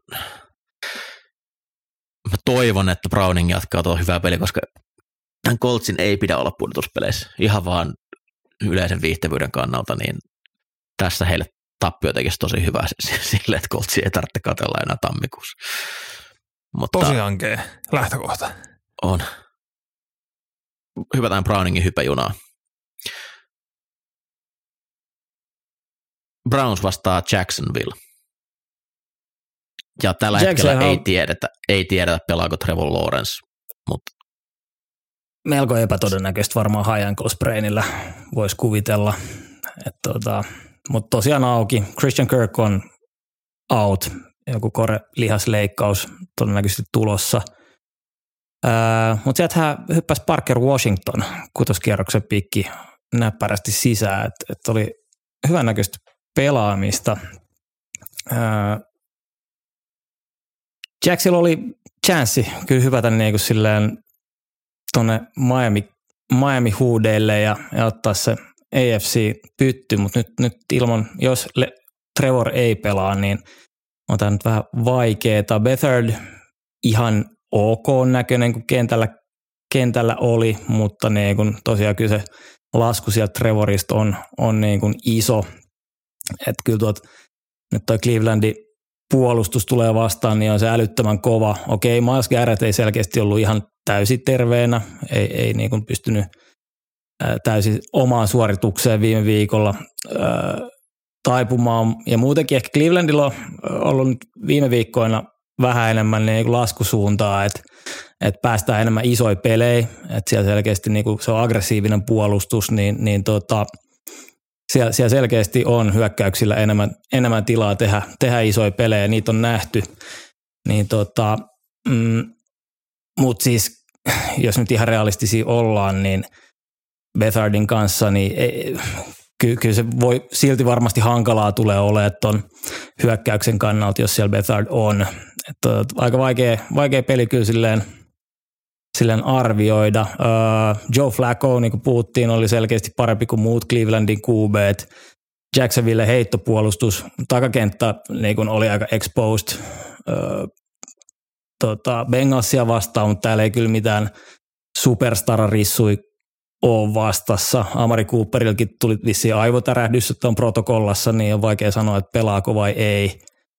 B: mä toivon, että Browning jatkaa tuo hyvää peli, koska tämän Coltsin ei pidä olla pudotuspeleissä. Ihan vaan yleisen viihtyvyyden kannalta, niin tässä heille tappio tekisi tosi hyvää sille, että Coltsia ei tarvitse katsella enää tammikuussa. Mutta
D: tosi ankea lähtökohta.
B: On. Hypätään Browningin hypäjunaa. Browns vastaa Jacksonville. Ja tällä hetkellä ei tiedetä pelaako Trevor Lawrence. Mutta
C: melko epätodennäköistä varmaan high ankle sprainilla voisi kuvitella. Mutta tosiaan auki. Christian Kirk on out. Joku korelihasleikkaus todennäköisesti tulossa. Mutta sieltä hyppäsi Parker Washington kutoskierroksen pikki näppärästi sisään. Et oli hyvännäköistä pelaamista. Jacksilla oli chanssi kyllä hypätä niinku silleen tuonne Miami huudeille ja ottaa se AFC-pytty, mutta nyt ilman, jos Trevor ei pelaa, niin on tämä nyt vähän vaikeaa. Beathard ihan ok näköinen, kun kentällä oli, mutta niin kun tosiaan kyllä se lasku sieltä Trevorista on niin kuin iso. Että kyllä nyt toi Clevelandin puolustus tulee vastaan, niin on se älyttömän kova. Okei, Myles Garrett ei selkeästi ollut ihan täysin terveenä, ei niin kuin pystynyt täysin omaan suoritukseen viime viikolla taipumaan. Ja muutenkin ehkä Clevelandilla on ollut nyt viime viikkoina vähän enemmän niin kuin laskusuuntaa, että päästään enemmän isoja pelejä, että siellä selkeästi niin kuin se on aggressiivinen puolustus, niin siellä selkeästi on hyökkäyksillä enemmän tilaa tehdä isoja pelejä, niitä on nähty. Niin mutta siis, jos nyt ihan realistisia ollaan, niin Beathardin kanssa, niin kyllä se voi silti varmasti hankalaa tulee olemaan ton hyökkäyksen kannalta, jos siellä Beathard on. Että aika vaikea peli kyllä silleen arvioida. Joe Flacco, niin kuin puhuttiin, oli selkeästi parempi kuin muut Clevelandin QB:t. Jacksonville heittopuolustus, takakenttä niin kuin oli aika exposed Bengalsia vastaan, mutta täällä ei kyllä mitään superstar-rissui ole vastassa. Amari Cooperillakin tuli vissiin aivotärähdys tuon protokollassa, niin on vaikea sanoa, että pelaako vai ei.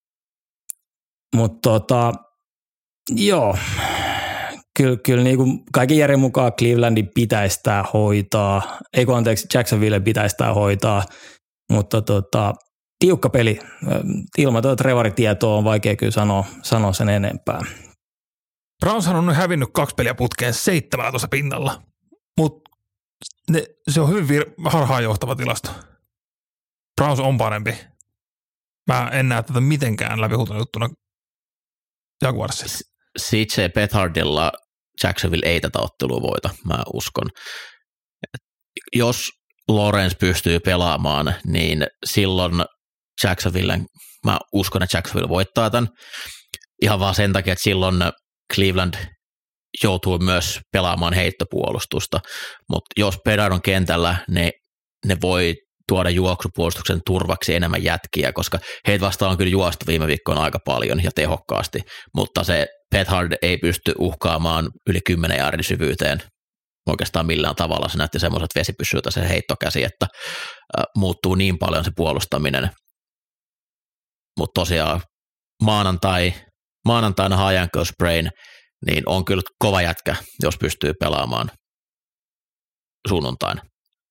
C: Mutta joo, kyllä niin kuin kaiken järjen mukaan Clevelandin pitäisi tämä hoitaa, Jacksonville pitäisi tämä hoitaa, mutta tiukka peli. Ilman Trevoritietoa on vaikea kyllä sanoa sen enempää.
D: Brownshan on nyt hävinnyt 2 peliä putkeen 17 pinnalla, mutta se on hyvin harhaanjohtava tilasto. Browns on parempi. Mä en näe tätä mitenkään läpihuutona juttuna Jaguarsille.
B: CJ Beathardilla Jacksonville ei tätä ottelua voita, mä uskon. Jos Lawrence pystyy pelaamaan, niin silloin mä uskon, että Jacksonville voittaa tämän. Ihan vaan sen takia, että silloin Cleveland joutuu myös pelaamaan heittopuolustusta, mutta jos Bedard on kentällä, ne voi tuoda juoksupuolustuksen turvaksi enemmän jätkiä, koska heitä vastaan on kyllä juostu viime viikkoina aika paljon ja tehokkaasti, mutta se Beathard ei pysty uhkaamaan yli 10 jaardin syvyyteen oikeastaan millään tavalla. Se näytti semmoiset vesipyssyiltä se heittokäsi, että muuttuu niin paljon se puolustaminen. Mutta tosiaan maanantaina high ankle sprain, niin on kyllä kova jätkä, jos pystyy pelaamaan sunnuntaina.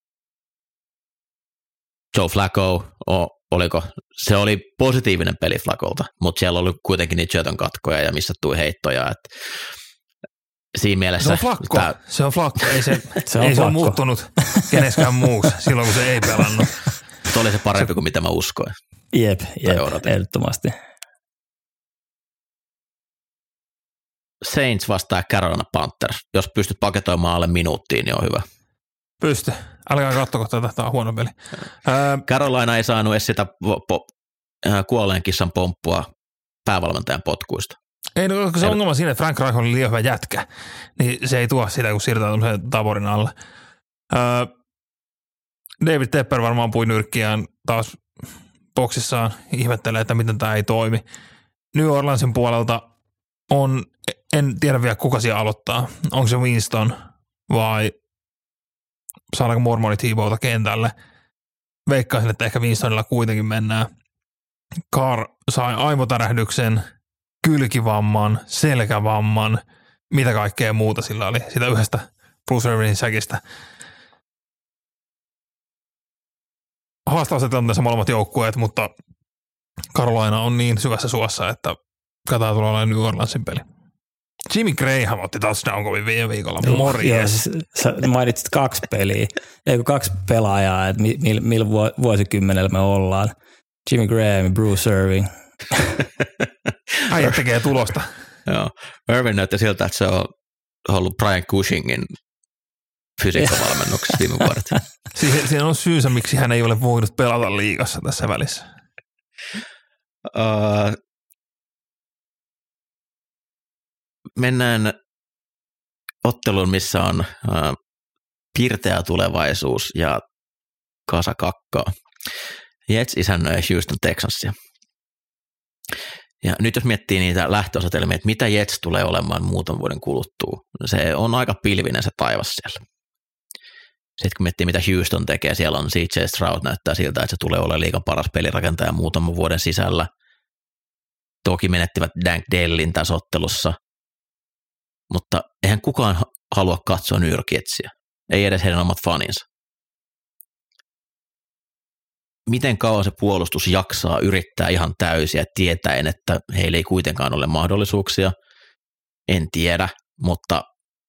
B: Joe Flacco, se oli positiivinen peli Flaccolta, mutta siellä oli kuitenkin niitä syötön katkoja ja missä tuli heittoja. Et siinä mielessä
D: se on Flacco. Ei se ole muuttunut keneskään muuksi silloin, kun se ei pelannut.
B: Se oli se parempi kuin mitä mä uskoin.
C: Jep, ehdottomasti.
B: Saints vastaa Carolina Panthers. Jos pystyt paketoimaan alle minuuttiin, niin on hyvä.
D: Pysty. Älkää katsoko tätä, tämä on huono peli.
B: Carolina ei saanut edes sitä kuolleen kissan pomppua päävalmentajan potkuista.
D: Ei, no, koska se ongelma siinä, että Frank Reich oli liian hyvä jätkä, niin se ei tuo sitä, kun siirtää tämmöisen Taborin alle. David Tepper varmaan pui nyrkkiään taas boksissaan, ihmettelee, että miten tämä ei toimi. New Orleansin puolelta en tiedä vielä kuka siellä aloittaa. Onko se Winston vai saadaanko Mormoni T-Bowta kentälle. Veikkaisin, että ehkä Winstonilla kuitenkin mennään. Carr sai aivotärähdyksen, kylkivamman, selkävamman, mitä kaikkea muuta sillä oli. Sitä yhdestä Bruce Irvinin säkistä. Haastavassa tilanteessa molemmat joukkueet, mutta Carolina on niin syvässä suossa, että katsotaan tulee olemaan New Orleansin peli. Jimmy Graham otti touchdown kovin viime viikolla. Morjes.
C: Sä mainitsit 2 peliä, eikö 2 pelaajaa, että millä vuosikymmenellä me ollaan. Jimmy Graham ja Bruce Irving.
D: Äijä tekee tulosta.
B: Joo. Irving näytti siltä, että se on ollut Brian Cushingin fysiikkavalmennuksessa viime vuodet.
D: Siinä on syysä, miksi hän ei ole voinut pelata liigassa tässä välissä.
B: Mennään otteluun, missä on pirteä tulevaisuus ja kasakakkaa. Jets isännöi Houston Texansia. Ja nyt jos miettii niitä lähtöasetelmia, että mitä Jets tulee olemaan muutaman vuoden kuluttua, se on aika pilvinen se taivas siellä. Sitten kun miettii, mitä Houston tekee, siellä on CJ Stroud, näyttää siltä, että se tulee olemaan liigan paras pelirakentaja muutaman vuoden sisällä. Toki menettivät Dank Dellin tässä ottelussa, mutta eihän kukaan halua katsoa New York Jetsiä, ei edes heidän omat faninsa. Miten kauan se puolustus jaksaa yrittää ihan täysiä tietäen, että heillä ei kuitenkaan ole mahdollisuuksia, en tiedä, mutta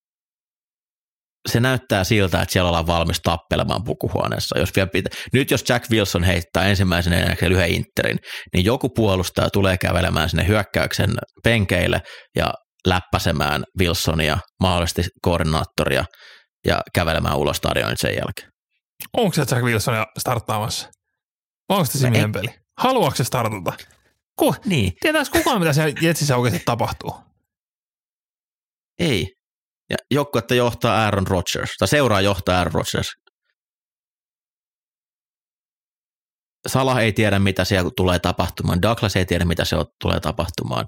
B: se näyttää siltä, että siellä ollaan valmis tappelemaan pukuhuoneessa. Nyt jos Jack Wilson heittää ensimmäisen enää lyhyen interin, niin joku puolustaja tulee kävelemään sinne hyökkäyksen penkeille ja läppäsemään Wilsonia, mahdollisesti koordinaattoria ja kävelemään ulos stadionit sen jälkeen.
D: Onko se Jack Wilsonia starttaamassa? Onko se Simien peli? Haluaako se startata?
B: Niin.
D: Tietääkö kukaan, mitä siellä Jetsissä oikeasti tapahtuu?
B: Ei. Ja joukkuetta johtaa Aaron Rodgers, tai seuraa johtaa Aaron Rodgers. Salah ei tiedä, mitä siellä tulee tapahtumaan. Douglas ei tiedä, mitä se tulee tapahtumaan.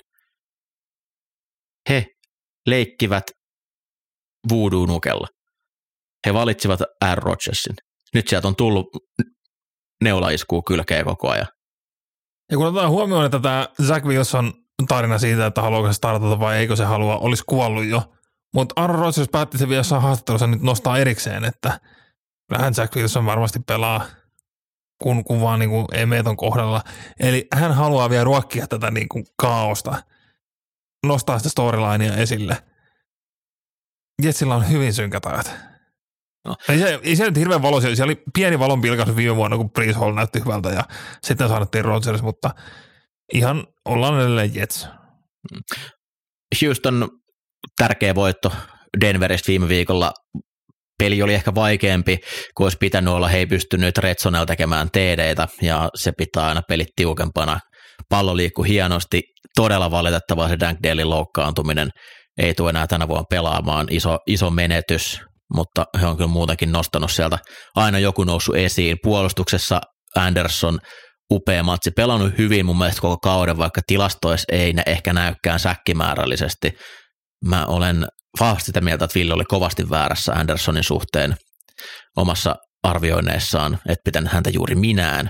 B: He leikkivät voodoo-nukella. He valitsivat Aaron Rodgersin. Nyt sieltä on tullut neulaiskuu kylkeä koko ajan.
D: Ja kun otetaan huomioon, että tämä Zach Wilson tarina siitä, että haluaako se startata vai eikö se halua, olisi kuollut jo. Mutta Aaron Rodgers päätti se vielä jossain haastattelussa nyt nostaa erikseen, että hän Zach Wilson varmasti pelaa, kun vaan niin kuin emeet on kohdalla. Eli hän haluaa vielä ruokkia tätä niin kuin kaaosta, nostaa sitä storylinea esille. Jetsillä on hyvin synkät ajat. No. Ei se nyt hirveän valoisia. Siellä oli pieni valonpilkaisu viime vuonna, kun Breece Hall näytti hyvältä ja sitten saanuttiin Rodgers, mutta ihan ollaan edelleen Jets.
B: Houston tärkeä voitto Denveristä viime viikolla. Peli oli ehkä vaikeampi, kun olisi pitänyt olla, he ei pystynyt Red Zonella tekemään TD:tä ja se pitää aina pelit tiukempana. Pallo liikkui hienosti, todella valitettavaa se Dank Dellin loukkaantuminen. Ei tule enää tänä vuonna pelaamaan, iso menetys, mutta he on kyllä muutenkin nostanut sieltä aina joku noussut esiin. Puolustuksessa Anderson, upea matsi, pelannut hyvin mun mielestä koko kauden, vaikka tilastoissa ei ne ehkä näykään säkkimäärällisesti. Mä olen vahvasti sitä mieltä, että Ville oli kovasti väärässä Andersonin suhteen omassa arvioinneissaan, että pitänyt häntä juuri minään.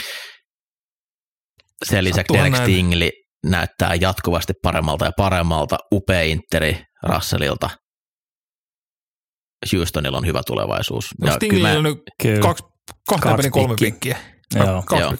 B: Sen lisäksi Derek Stingley näyttää jatkuvasti paremmalta ja paremmalta, upea interi Russellilta. Houstonilla on hyvä tulevaisuus.
D: No Stingley on nyt kaksi kolme pikkiä.
C: Joo.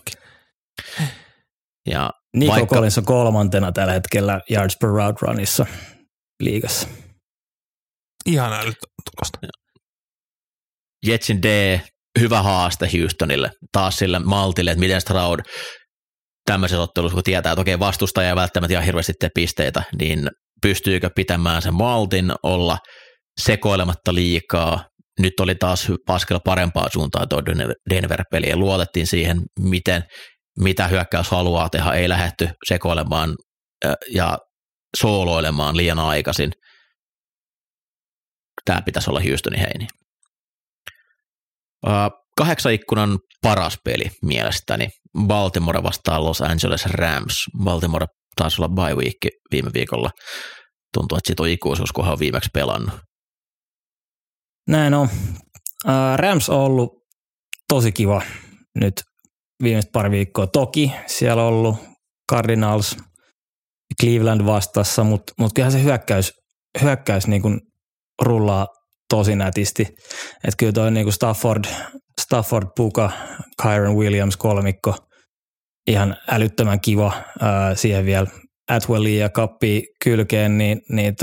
B: Ja
C: Nico Collins on kolmantena tällä hetkellä yards per route runissa liigassa.
D: Ihan älyttömän tulosta.
B: Jetsin D, hyvä haaste Houstonille. Taas sille maltille, että miten Stroud tämmöisessä ottelussa, kun tietää, että okei, vastustaja ei välttämättä ihan hirveästi tee pisteitä, niin pystyykö pitämään sen maltin, olla sekoilematta liikaa. Nyt oli taas askel parempaa suuntaan tuo Denver-peli ja luotettiin siihen, mitä hyökkäys haluaa tehdä. Ei lähdetty sekoilemaan ja sooloilemaan liian aikaisin. Tämä pitäisi olla Houstonin heini. 8 ikkunan paras peli mielestäni. Baltimore vastaan Los Angeles Rams. Baltimore taisi olla bye week viime viikolla. Tuntuu, että siitä on ikuisuus, kun hän on viimeksi pelannut.
C: Näin on. Rams on ollut tosi kiva nyt viimeiset pari viikkoa. Toki siellä on ollut Cardinals, Cleveland vastassa, mutta kyllähän se hyökkäys niin kuin rullaa tosi nätisti. Että kyllä toi niin kuin Stafford, Puka, Kyron Williams kolmikko, ihan älyttömän kiva. Siihen vielä Atwellia ja Kappi kylkeen, niin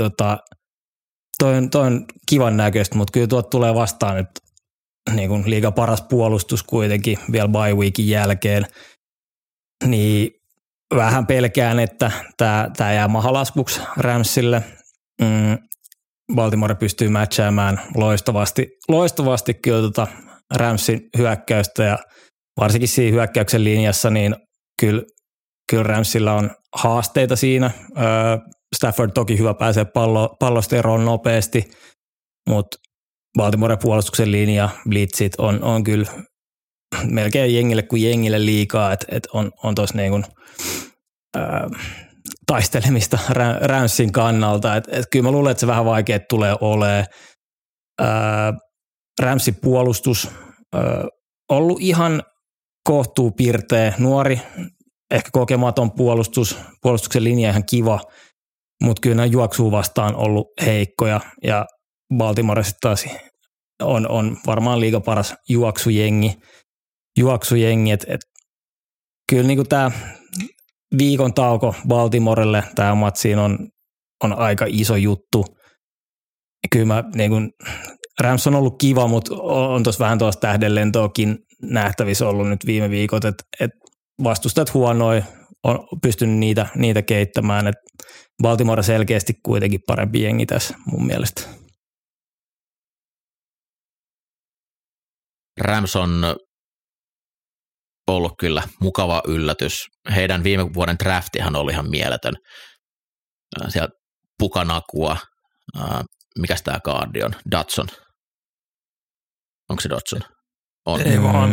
C: toi on kivan näköistä, mutta kyllä tuot tulee vastaan nyt niin kuin liigan paras puolustus kuitenkin vielä bye weekin jälkeen. Niin vähän pelkään, että tämä jää mahalaskuksi Ramsille. Baltimore pystyy matchaamaan loistavasti kyllä Ramsin hyökkäystä ja varsinkin siinä hyökkäyksen linjassa, niin kyllä Ramsilla on haasteita siinä. Stafford toki hyvä pääsee pallosta eroon nopeasti, mutta Baltimore puolustuksen linja, blitzit on kyllä melkein jengille kuin jengille liikaa, että on tuossa niin kuin, taistelemista Ramsin kannalta. Et kyllä mä luulen, että se vähän vaikea tulee olemaan. Ramsin puolustus ollut ihan kohtuupirteä, nuori, ehkä kokematon puolustuksen linja ihan kiva, mutta kyllä nämä juoksua vastaan ollut heikkoja ja Baltimoressa taas on varmaan liigan paras juoksujengi, että kyllä niin kuin tämä viikon tauko Baltimorelle tähän matsiin on aika iso juttu. Kyllä mä niin kuin, Rams on ollut kiva, mutta on tuossa vähän tuossa tähdenlentoakin nähtävissä ollut nyt viime viikot, että vastustajat huonoja, on pystynyt niitä keittämään, että Baltimore selkeästi kuitenkin parempi jengi tässä mun mielestä.
B: Rams on ollut kyllä mukava yllätys. Heidän viime vuoden draftihan oli ihan mieletön. Siellä Pukanakua, mikäs tämä kaardi on? Dodson. Onko se Dodson? On.
D: Ei vaan.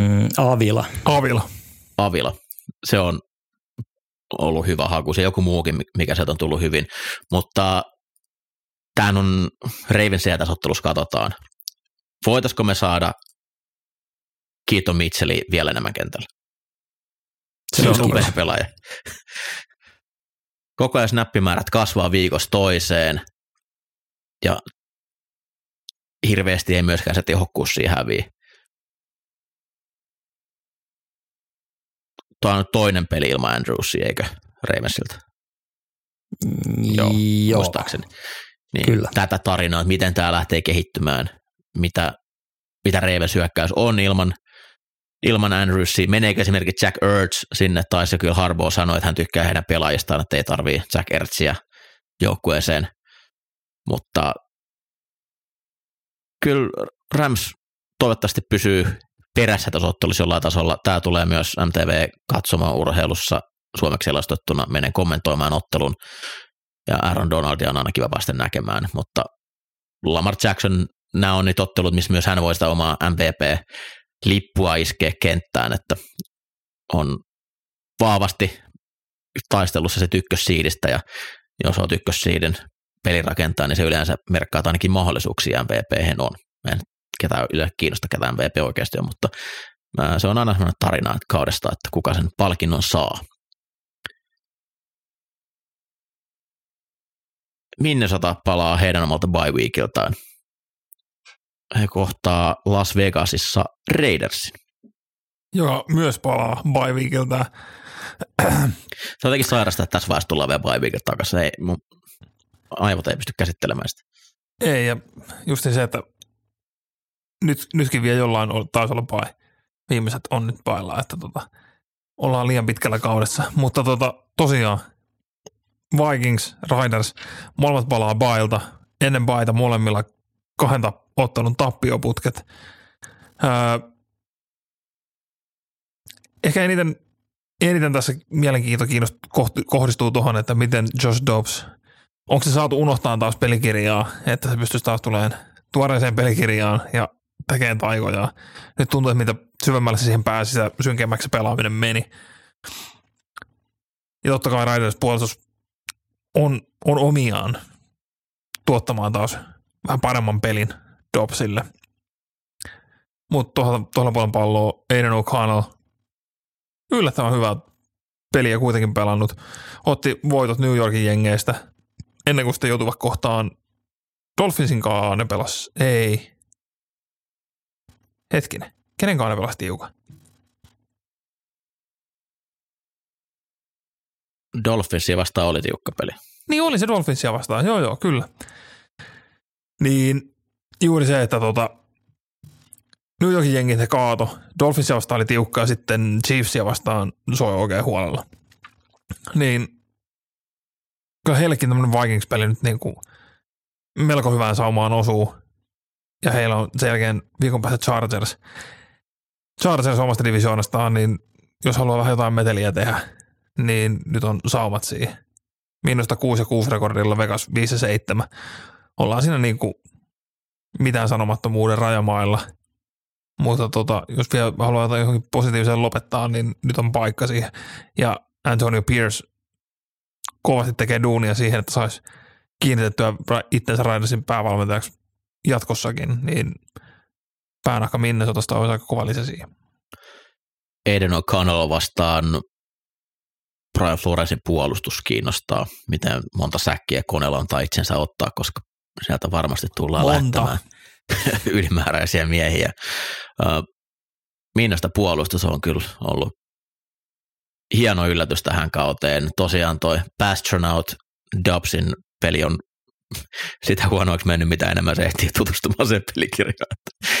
B: Avila. Se on ollut hyvä haku. Se joku muukin, mikä sieltä on tullut hyvin. Mutta tämän on Ravensia tässä ottelussa katsotaan. Voitaisiko me saada Keaton Mitchelli vielä enemmän kentällä? Se on upea pelaaja. Koko ajan snappimäärät kasvaa viikosta toiseen ja hirveästi ei myöskään se tehokkuus siihen häviä. Tuo on nyt toinen peli ilman Andrewsia, eikö Ravensilta? Joo, muistaakseni. Niin, kyllä. Tätä tarinaa, että miten tämä lähtee kehittymään, mitä Ravens hyökkäys on ilman Andrewsia. Meneekö esimerkiksi Jack Ertz sinne, tai se kyllä Harbaugh sanoi, että hän tykkää heidän pelaajistaan, että ei tarvitse Jack Ertzia joukkueeseen. Mutta kyllä Rams toivottavasti pysyy perässä tässä ottelussa jollain tasolla. Tämä tulee myös MTV katsomaan urheilussa suomeksi selastettuna. Menen kommentoimaan ottelun ja Aaron Donaldia on aina kiva päästä näkemään, mutta Lamar Jackson, nämä on niitä ottelut, missä myös hän voi sitä omaa MVP-lippua iskeä kenttään, että on vahvasti taistelussa se ykkössiidistä ja jos on ykkössiidin pelirakentaa, niin se yleensä merkkaa, että ainakin mahdollisuuksia MVP:hen on. Mä en ketään yleensä kiinnosta, ketä MVP oikeasti on, mutta se on aina sellainen tarina kaudesta, että kuka sen palkinnon saa. Minnesota palaa heidän omalta bye weekiltaan. He kohtaa Las Vegasissa Raidersin.
D: Joo, myös palaa bye weekiltaan.
B: Se on jotenkin sairasta, että tässä vaiheessa tullaan vielä bye weekilta takaisin. Ei, mun aivot ei pysty käsittelemään sitä.
D: Ei, ja just se, että nytkin vielä jollain taisi olla bye. Viimeiset on nyt bailla, että ollaan liian pitkällä kaudessa. Mutta tosiaan Vikings, Raiders, molemmat palaa bailta. Ennen baita molemmilla 2 ottelun tappioputket. Ehkä eniten tässä mielenkiinto kohdistuu tuohon, että miten Josh Dobbs, onko se saatu unohtaa taas pelikirjaa, että se pystyisi taas tulemaan tuoreeseen pelikirjaan ja tekemään taikoja. Nyt tuntuu, että mitä syvemmälle se siihen pääsi, sitä synkemmäksi se pelaaminen meni. Ja totta kai Raiders puolustus on omiaan tuottamaan taas vähän paremman pelin Dobbsille. Mutta tuolla puolen palloa Aiden O'Connell yllättävän hyvää peliä kuitenkin pelannut. Otti voitot New Yorkin jengeistä ennen kuin sitten joutuvat kohtaan Dolphinsin kanssa ne pelas. Ei. Hetkinen. Kenen kanssa ne pelas tiukan?
B: Dolphinsia vastaan oli tiukka peli.
D: Niin oli se Dolphinsia vastaan. Joo, kyllä. Niin juuri se, että New Yorkin jengi se kaato. Dolphinsia vastaan oli tiukkaa, sitten Chiefsia vastaan soi oikein huolella. Niin kyllä heillekin tämmöinen Vikings-peli nyt niin kuin melko hyvään saumaan osuu. Ja heillä on sen jälkeen viikon päästä Chargers omasta divisioonastaan, niin jos haluaa vähän jotain meteliä tehdä, niin nyt on saumat siihen. Minusta 6-6 rekordilla Vegas 5-7. Ollaan siinä niin kuin mitään sanomattomuuden rajamailla. Mutta jos vielä haluaa jotain johonkin positiivisen lopettaa, niin nyt on paikka siihen. Ja Antonio Pierce kovasti tekee duunia siihen, että saisi kiinnitettyä itsensä Raidersin päävalmentajaksi jatkossakin, niin päänahka Minnesotasta olisi aika kova lisä siihen.
B: Aiden O'Connell vastaan Brian Floresin puolustus kiinnostaa, miten monta säkkiä Connell antaa itsensä ottaa, koska sieltä varmasti tullaan lähettämään ylimääräisiä miehiä. Minnasta puolustus on kyllä ollut hieno yllätys tähän kauteen. Tosiaan toi Pastronaut Dobbsin peli on sitä huonoiksi mennyt, mitä enemmän se ehtii tutustumaan sen pelikirjaan.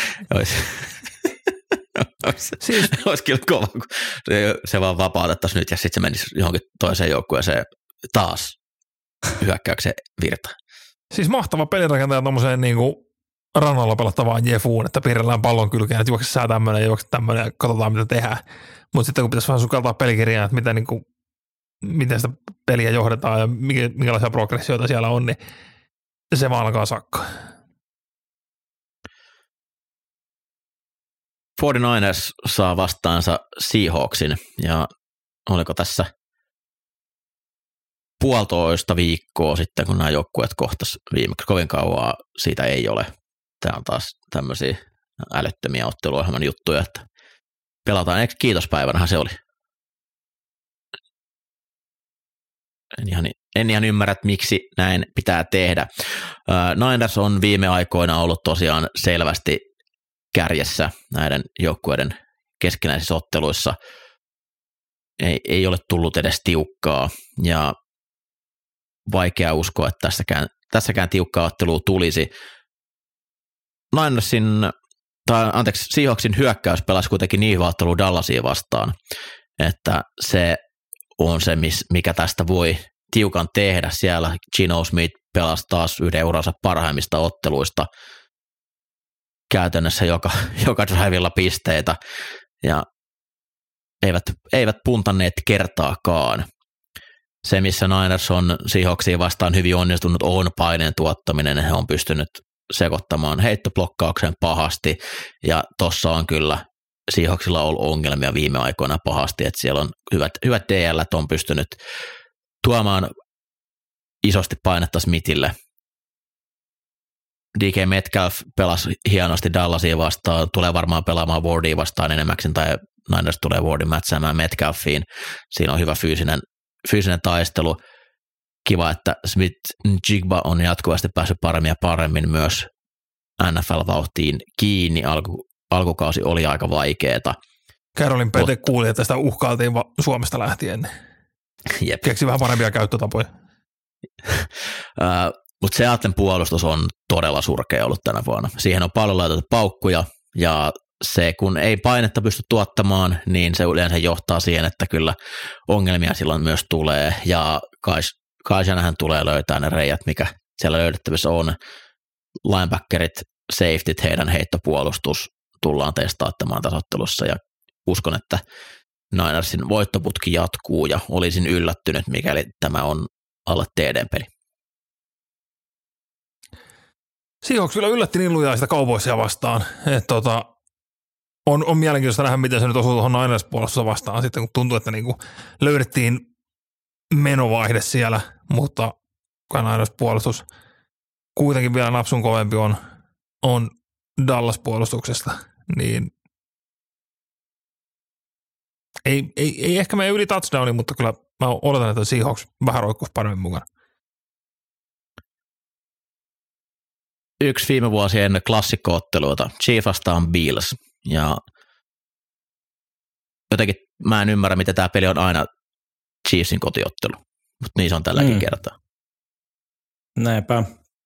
B: Olisi kyllä kova, kun se vaan vapautettaisiin nyt ja sitten se menisi johonkin toiseen joukkueeseen taas hyökkäyksen virta.
D: Siis mahtava pelirakentaja tuommoiseen niinku rannalla pelattavaan jefuun, että piirrellään pallon kylkeen, että juokse sää tämmöinen ja juokse tämmöinen ja katsotaan mitä tehdään. Mutta sitten kun pitäisi vähän sukeltaa pelikirjaan, että miten sitä peliä johdetaan ja minkälaisia progressioita siellä on, niin se vaan alkaa sakkaa.
B: 49ers saa vastaansa Seahawksin ja oliko tässä 1,5 viikkoa sitten, kun nämä joukkueet kohtasivat viimeksi. Kovin kauaa siitä ei ole. Tämä on taas tämmöisiä älyttömiä otteluohjelman juttuja, että pelataan. Eikö kiitospäivänähän se oli? En ihan ymmärrä, että miksi näin pitää tehdä. Niners on viime aikoina ollut tosiaan selvästi kärjessä näiden joukkueiden keskinäisissä otteluissa. Ei ole tullut edes tiukkaa ja vaikea uskoa, että tässäkään tiukkaa ottelua tulisi. Seahawksin hyökkäys pelasi kuitenkin niin hyvä ottelu Dallasia vastaan, että se on se, mikä tästä voi tiukan tehdä. Siellä Geno Smith pelasi taas yhden uransa parhaimmista otteluista käytännössä joka drivilla pisteitä ja eivät puntanneet kertaakaan. Se, missä Niners on Seahawksia vastaan hyvin onnistunut, on paineen tuottaminen. He on pystynyt sekoittamaan heittoblokkauksen pahasti ja tuossa on kyllä Seahawksilla ollut ongelmia viime aikoina pahasti, että siellä on hyvät DL:t on pystynyt tuomaan isosti painetta Smithille. DK Metcalf pelasi hienosti Dallasia vastaan, tulee varmaan pelaamaan Wardia vastaan enemmäksi, tai Niners tulee Wardin mätsäämään Metcalfiin. Siinä on hyvä fyysinen taistelu. Kiva, että Smith-Jigba on jatkuvasti päässyt paremmin ja paremmin myös NFL-vauhtiin kiinni. Alkukausi oli aika vaikeeta.
D: Carolin Pete kuuli, että sitä uhkailtiin Suomesta lähtien.
B: Jep.
D: Keksi vähän parempia käyttötapoja.
B: Mutta Seattlen puolustus on todella surkea ollut tänä vuonna. Siihen on paljon laitettu paukkuja ja se, kun ei painetta pysty tuottamaan, niin se yleensä johtaa siihen, että kyllä ongelmia silloin myös tulee ja Kai Shanahan tulee löytää ne reijät, mikä siellä löydettävissä on. Linebackerit, safetyt, heidän heittopuolustus tullaan testaattamaan tässä ottelussa ja uskon, että Ninersin voittoputki jatkuu ja olisin yllättynyt, mikäli tämä on alle TD-peli.
D: Seahawks kyllä yllätti niin lujaa sitä Cowboysia vastaan, että on mielenkiintoista nähdä, miten se nyt osuu tuohon Niners-puolustusta vastaan sitten, kun tuntuu, että niinku löydettiin menovaihde siellä, mutta Niners-puolustus kuitenkin vielä napsun kovempi on Dallas-puolustuksesta, niin ei ehkä mene yli touchdownin, mutta kyllä mä oletan, että Seahawks vähän roikkuisi paremmin mukana.
B: Yksi viime vuosien klassikko-otteluita, Chiefs vastaan Bills, ja jotenkin mä en ymmärrä, miten tämä peli on aina Chiefsin kotiottelu, mutta niin se on tälläkin kertaa.
C: Näinpä.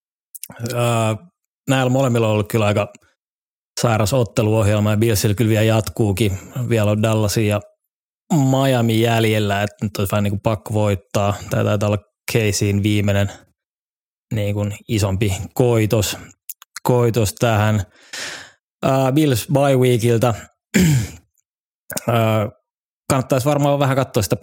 C: Näillä molemmilla on ollut kyllä aika sairas otteluohjelma ja Billsillä kyllä vielä jatkuukin. Vielä on Dallasin ja Miami jäljellä, että nyt olisi vähän niin kuin pakko voittaa. Tämä taitaa olla Caseyin viimeinen niin kuin isompi koitos tähän. Bills bye weekiltä. Kannattaisi varmaan vähän katsoa sitä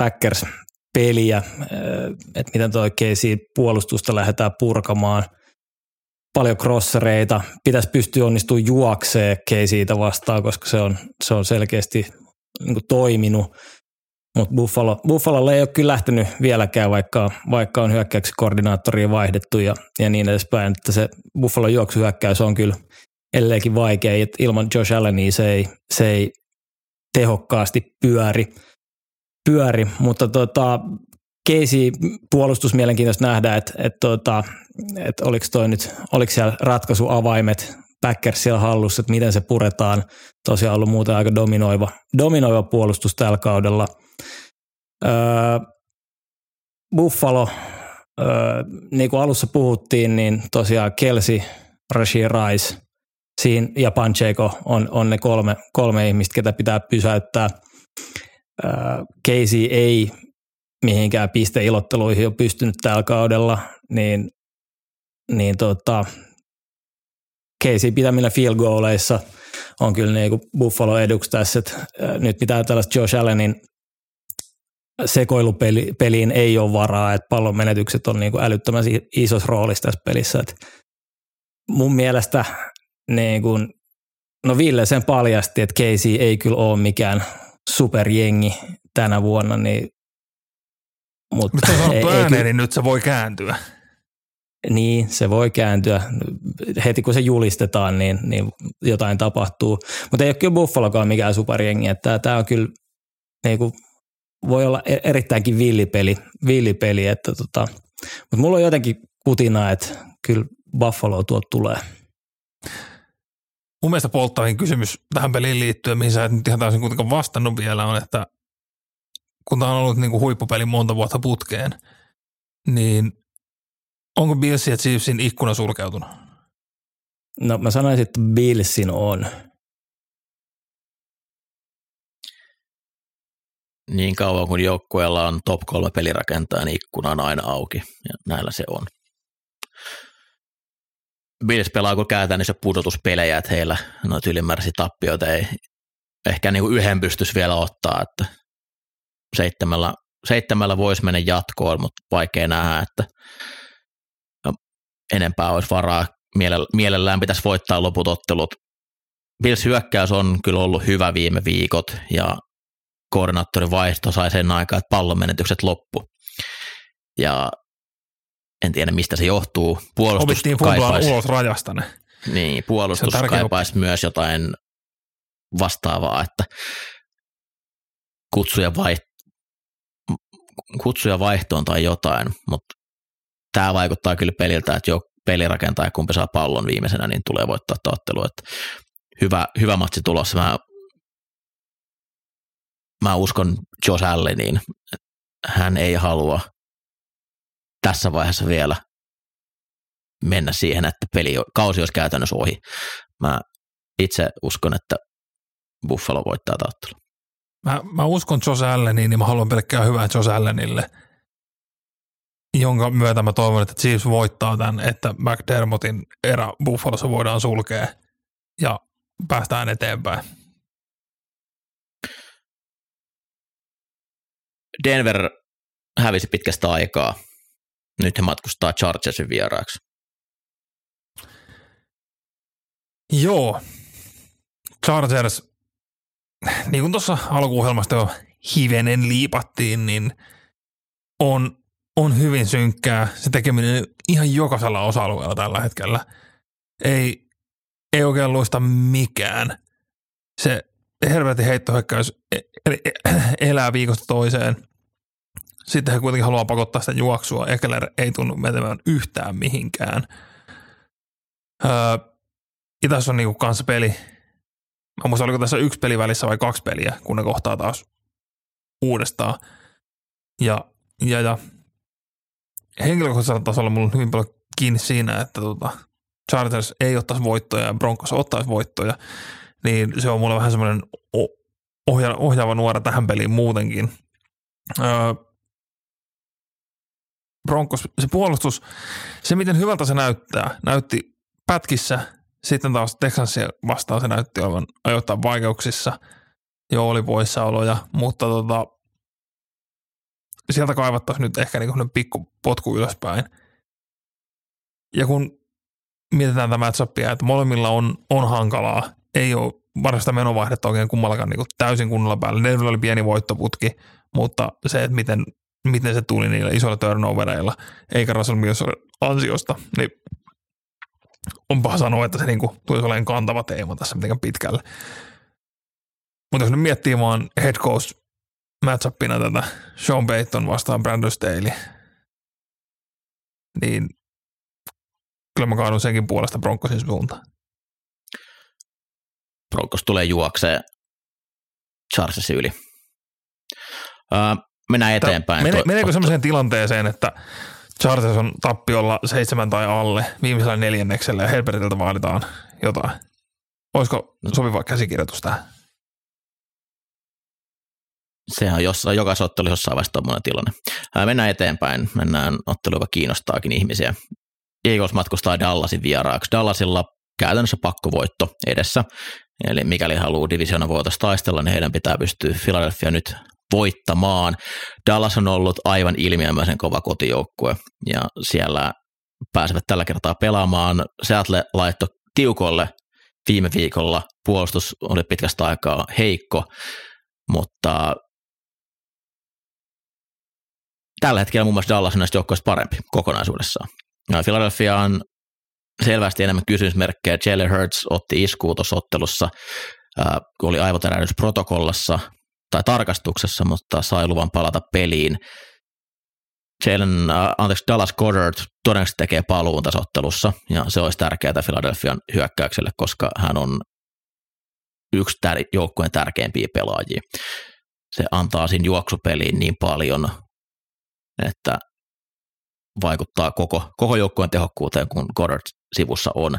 C: Packers-peliä, että miten tuo Casey puolustusta lähdetään purkamaan. paljon crossereita. Pitäisi pystyä onnistumaan juokseen Caseytä vastaan, koska se on selkeästi niin kuin toiminut. Mutta Buffalolle ei ole kyllä lähtenyt vieläkään, vaikka on hyökkäyksen koordinaattoria vaihdettu ja niin edespäin. Että se Buffalon juoksuhyökkäys on kyllä edelleenkin vaikea. Ilman Josh Allenia se ei tehokkaasti pyöri. Mutta Casey puolustus mielenkiintoista nähdä, että oliko siellä ratkaisuavaimet Packersilla hallussa, että miten se puretaan. Tosiaan ollut muuten aika dominoiva puolustus tällä kaudella. Buffalo, niin kuin alussa puhuttiin, niin tosiaan Kelsey, Rashee Rice ja Pacheco on ne kolme ihmistä, ketä pitää pysäyttää. Casey ei mihinkään pisteilotteluihin ole pystynyt tällä kaudella, niin Casey pitämillä field goaleissa on kyllä niin kuin Buffalo eduksi tässä, että nyt pitää tällaista Josh Allenin sekoilupeliin ei ole varaa, että pallon menetykset on niin kuin älyttömän isossa roolissa tässä pelissä. Että mun mielestä niin kuin, Ville sen paljasti, että Casey ei kyllä ole mikään superjengi tänä vuonna, niin
D: mutta on sanottu ääneen, niin nyt se voi kääntyä.
C: Niin, se voi kääntyä. Heti kun se julistetaan, niin jotain tapahtuu. Mutta ei ole kyllä Buffalokaan mikään superjengi. Tämä on kyllä, niin kuin, voi olla erittäinkin villipeli. Mutta mulla on jotenkin kutina, että kyllä Buffalo tuolta tulee.
D: Mun mielestä polttavin kysymys tähän peliin liittyen, mihin sä et nyt ihan täysin kuitenkaan vastannut vielä, on, että kun tämä on ollut niin kuin huippupeli monta vuotta putkeen, niin onko Billsin ja Chiefsin ikkuna sulkeutunut?
C: No mä sanoisin, että Billsin on.
B: Niin kauan kun joukkueella on top 3 pelirakentaja, niin ikkuna on aina auki ja näillä se on. Bills pelaa kun käytännössä pudotuspelejä, että heillä noita ylimääräisiä tappioita ei ehkä niin kuin yhden pystyisi vielä ottaa, että seitsemällä voisi mennä jatkoon, mutta vaikea nähdä, että enempää olisi varaa. Mielellään pitäisi voittaa loput ottelut. Bills hyökkäys on kyllä ollut hyvä viime viikot ja koordinaattorin vaihto sai sen aikaa, että pallon menetykset loppu. Ja en tiedä, mistä se johtuu. Puolustus kaipaisi
D: ulos rajasta ne.
B: Niin, puolustus kaipaisi myös jotain vastaavaa, että kutsuja vaihtoon tai jotain, mutta tämä vaikuttaa kyllä peliltä, että pelirakentaja, kumpi saa pallon viimeisenä, niin tulee voittaa ottelua. Hyvä matsi tulossa. Mä uskon Josh Alleniin, että hän ei halua tässä vaiheessa vielä mennä siihen, että kausi olisi käytännössä ohi. Mä itse uskon, että Buffalo voittaa ottelua.
D: Mä uskon Josh Alleniin, niin mä haluan pelkkää hyvää Josh Allenille, jonka myötä mä toivon, että Chiefs voittaa tämän, että McDermottin erä Buffalossa voidaan sulkea ja päästään eteenpäin.
B: Denver hävisi pitkästä aikaa. Nyt he matkustaa Chargersin vieraaksi.
D: Joo. Chargers, niin kuin tuossa alkuohjelmasta jo hivenen liipattiin, niin on hyvin synkkää. Se tekeminen ihan jokaisella osa-alueella tällä hetkellä. Ei oikein luista mikään. Se helvetin heittohyökkäys elää viikosta toiseen. Sitten he kuitenkin haluaa pakottaa sitä juoksua. Ekeler ei tunnu menemään yhtään mihinkään. Itässä on niinku kanssa peli. Mä muistan, oliko tässä 1 peli välissä vai 2 peliä, kun ne kohtaa taas uudestaan. Ja henkilökohtaisella tasolla mulla on hyvin paljon kiinni siinä, että Chargers ei ottaisi voittoja ja Broncos ottaisi voittoja. Niin se on mulle vähän semmoinen ohjaava nuora tähän peliin muutenkin. Broncos, se puolustus, se miten hyvältä se näytti pätkissä, sitten taas Texansia vastaan se näytti olevan ajoittain vaikeuksissa, jo oli poissaoloja, mutta sieltä kaivattaisiin nyt ehkä niin pikku potku ylöspäin. Ja kun mietitään tätä matchupia, että molemmilla on hankalaa. Ei ole varsinaista menovaihdetta oikein kummallakaan niin kuin täysin kunnolla päällä. Denverillä oli pieni voittoputki, mutta se, että miten se tuli niillä isoilla turnovereilla, eikä Russell Wilson ansiosta, niin on paha sanoa, että se niin kuin tulisi olemaan kantava teema tässä mitenkään pitkälle. Mutta jos nyt miettii vaan head coach matchupina tätä Sean Payton vastaan Brandon Staley, niin kyllä mä kaadun senkin puolesta Broncosin suuntaan.
B: Broncos tulee juokseen Chargersin yli. Mennään eteenpäin.
D: Meneekö semmoiseen tilanteeseen, että Chargers on tappiolla 7 tai alle viimeisellä 4. ja Herbertiltä vaaditaan jotain? Olisiko sopiva käsikirjoitus tähän?
B: Sehän on jokaisen ottelu jossain vaiheessa tuommoinen tilanne. Mennään eteenpäin. Mennään otteluun, joka kiinnostaakin ihmisiä. Eagles matkustaa Dallasin vieraaksi. Dallasilla käytännössä pakkovoitto edessä. Eli mikäli haluaa divisioonan taistella, niin heidän pitää pystyä Philadelphia nyt voittamaan. Dallas on ollut aivan ilmiömäisen kova kotijoukkue ja siellä pääsevät tällä kertaa pelaamaan. Seattle laittoi tiukolle viime viikolla. Puolustus oli pitkästä aikaa heikko, mutta tällä hetkellä muun muassa Dallas on näistä joukkoista parempi kokonaisuudessaan. Philadelphia on selvästi enemmän kysymysmerkkejä. Jalen Hurts otti iskuun tuossa ottelussa, kun oli aivotärähdys protokollassa tai tarkastuksessa, mutta sai luvan palata peliin. Dallas Goedert todennäköisesti tekee paluun tässä ottelussa, ja se olisi tärkeää Philadelphian hyökkäykselle, koska hän on yksi joukkueen tärkeimpiä pelaajia. Se antaa siinä juoksupeliin niin paljon, että vaikuttaa koko joukkueen tehokkuuteen, kun Goedert sivussa on.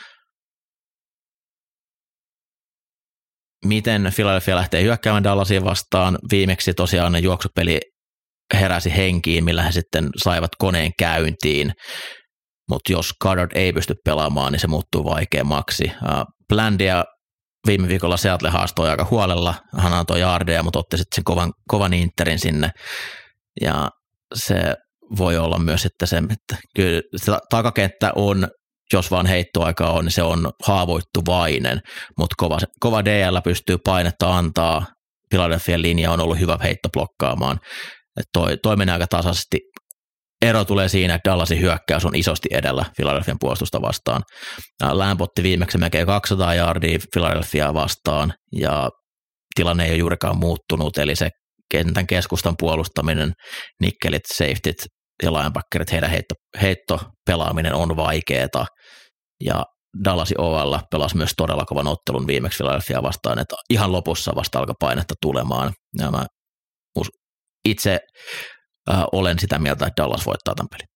B: Miten Philadelphia lähtee hyökkäämään Dallasia vastaan? Viimeksi tosiaan juoksupeli heräsi henkiin, millä he sitten saivat koneen käyntiin, mutta jos Goedert ei pysty pelaamaan, niin se muuttuu vaikeammaksi. Blandia viime viikolla Seattle haastoi aika huolella, hän antoi jaardeja, mutta otti sitten sen kovan interin sinne, ja se voi olla myös sitten se, että kyllä se takakenttä on, jos vaan heittoaika on, niin se on haavoittuvainen, mutta kova DL pystyy painetta antaa. Philadelphian linja on ollut hyvä heitto blokkaamaan. Toi menee aika tasaisesti. Ero tulee siinä, että Dallasin hyökkäys on isosti edellä Philadelphian puolustusta vastaan. Lamb otti viimeksi melkein 200 yardia Philadelphiaa vastaan, ja tilanne ei ole juurikaan muuttunut, eli se kentän keskustan puolustaminen, nikkelit, safetyt ja linebackerit, heidän heittopelaaminen on vaikeaa, ja Dallasin OL pelasi myös todella kovan ottelun viimeksi Philadelphia vastaan, että ihan lopussa vasta alkoi painetta tulemaan. Ja mä itse olen sitä mieltä, että Dallas voittaa tämän pelin.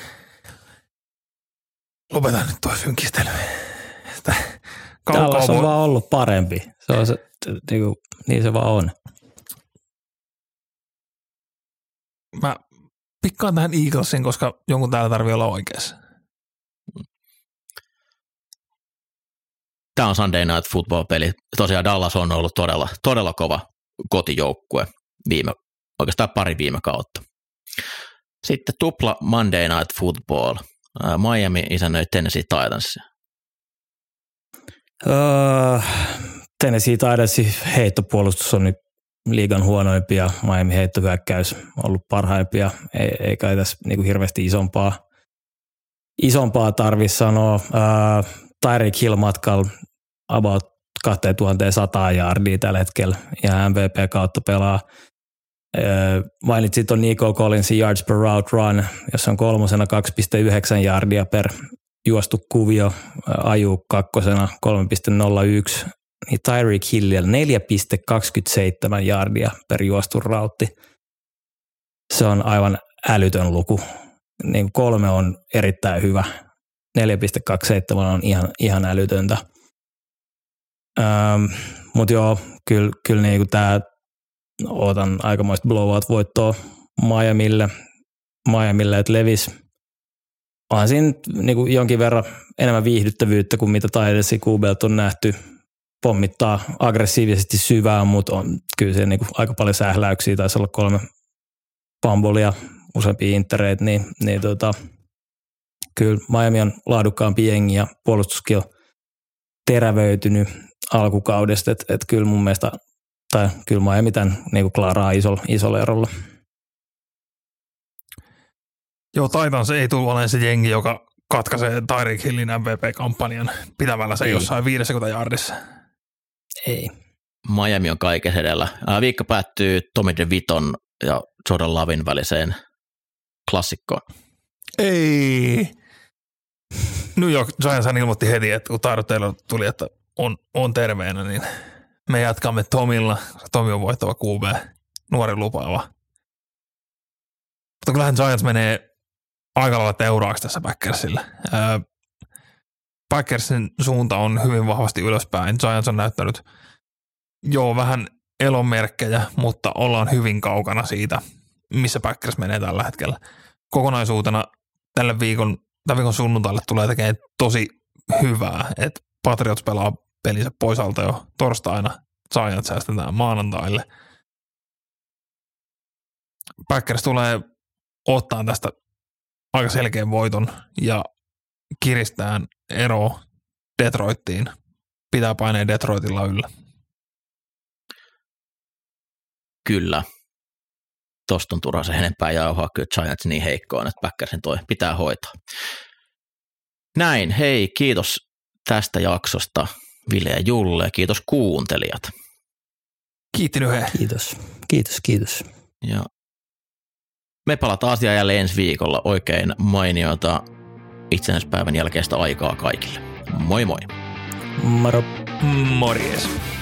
D: Lopetan nyt tuo synkistely.
C: Dallas on vaan ollut parempi. Se on se, niin se vaan on.
D: Mä pikkaan tähän Eaglesin, koska jonkun täällä tarvii olla oikeassa.
B: Tämä on Sunday Night Football-peli. Tosiaan Dallas on ollut todella kova kotijoukkue oikeastaan pari viime kautta. Sitten tupla Monday Night Football. Miami isännöi Tennessee Titansia.
C: Tennessee Titansin heittopuolustus on nyt liigan huonoimpia. Miami heittohyökkäys on ollut parhaimpia. Ei kai tässä niinku hirveästi isompaa tarvitse sanoa. Tyreek Hill matkalla about 2100 yardia tällä hetkellä ja MVP kautta pelaa. Mainitsit on Nico Collinsin yards per route run, jossa on 3. 2,9 yardia per juostu kuvio, Aju 2. 3,01, niin Tyreek Hillillä 4,27 yardia per juostu rautti. Se on aivan älytön luku. Niin 3 on erittäin hyvä. 4,27 on ihan älytöntä. Mutta joo, kyllä niinku tää otan aikamoista blowout-voittoa Miamille, että Levis onhan siinä niinku jonkin verran enemmän viihdyttävyyttä kuin mitä Titansi QB:ltä on nähty. Pommittaa aggressiivisesti syvään, mutta on kyllä se niinku aika paljon sähläyksiä, taisi olla 3 fumblea, useampia intereitä, niin Kyllä Miami on laadukkaampi jengi ja puolustuskin on terävöitynyt alkukaudesta, että kyllä mun mielestä, tai kyllä Miami tämän niin klaaraa isolla erolla.
D: Joo, Titans ei tule olemaan se jengi, joka katkaisee Tyreek Hillin MVP-kampanjan pitämällä se jossain 50 yardissa.
C: Ei.
B: Miami on kaiken edellä. Viikko päättyy Tommy DeViton ja Jordan Lovin väliseen klassikkoon.
D: Ei. New York Giants ilmoitti heti, että kun Tyrod Taylor tuli, että on terveenä, niin me jatkamme Tomilla. Tomi on voittava QB, nuori lupaava. Mutta kyllähän Giants menee aika lailla teuraaksi tässä Packersille. Packersin suunta on hyvin vahvasti ylöspäin. Giants on näyttänyt vähän elonmerkkejä, mutta ollaan hyvin kaukana siitä, missä Packers menee tällä hetkellä. Kokonaisuutena tämän viikon sunnuntaille tulee tekemään tosi hyvää, että Patriots pelaa pelinsä pois alta jo torstaina, Giants säästetään maanantaille. Packers tulee ottaa tästä aika selkeän voiton ja kiristään eroa Detroittiin. Pitää paineen Detroitilla yllä.
B: Kyllä. Tosta on turha se enempää jauhaa, kyllä Giants niin heikkoon, että Packersin toi pitää hoitaa. Näin, hei, kiitos tästä jaksosta Ville ja Julle, ja kiitos kuuntelijat.
D: Kiitti he.
C: Kiitos.
B: Ja me palataan asiaan jälleen ensi viikolla. Oikein mainiota itsenäisyyspäivän jälkeistä aikaa kaikille. Moi moi.
C: Moro.
D: Morjes.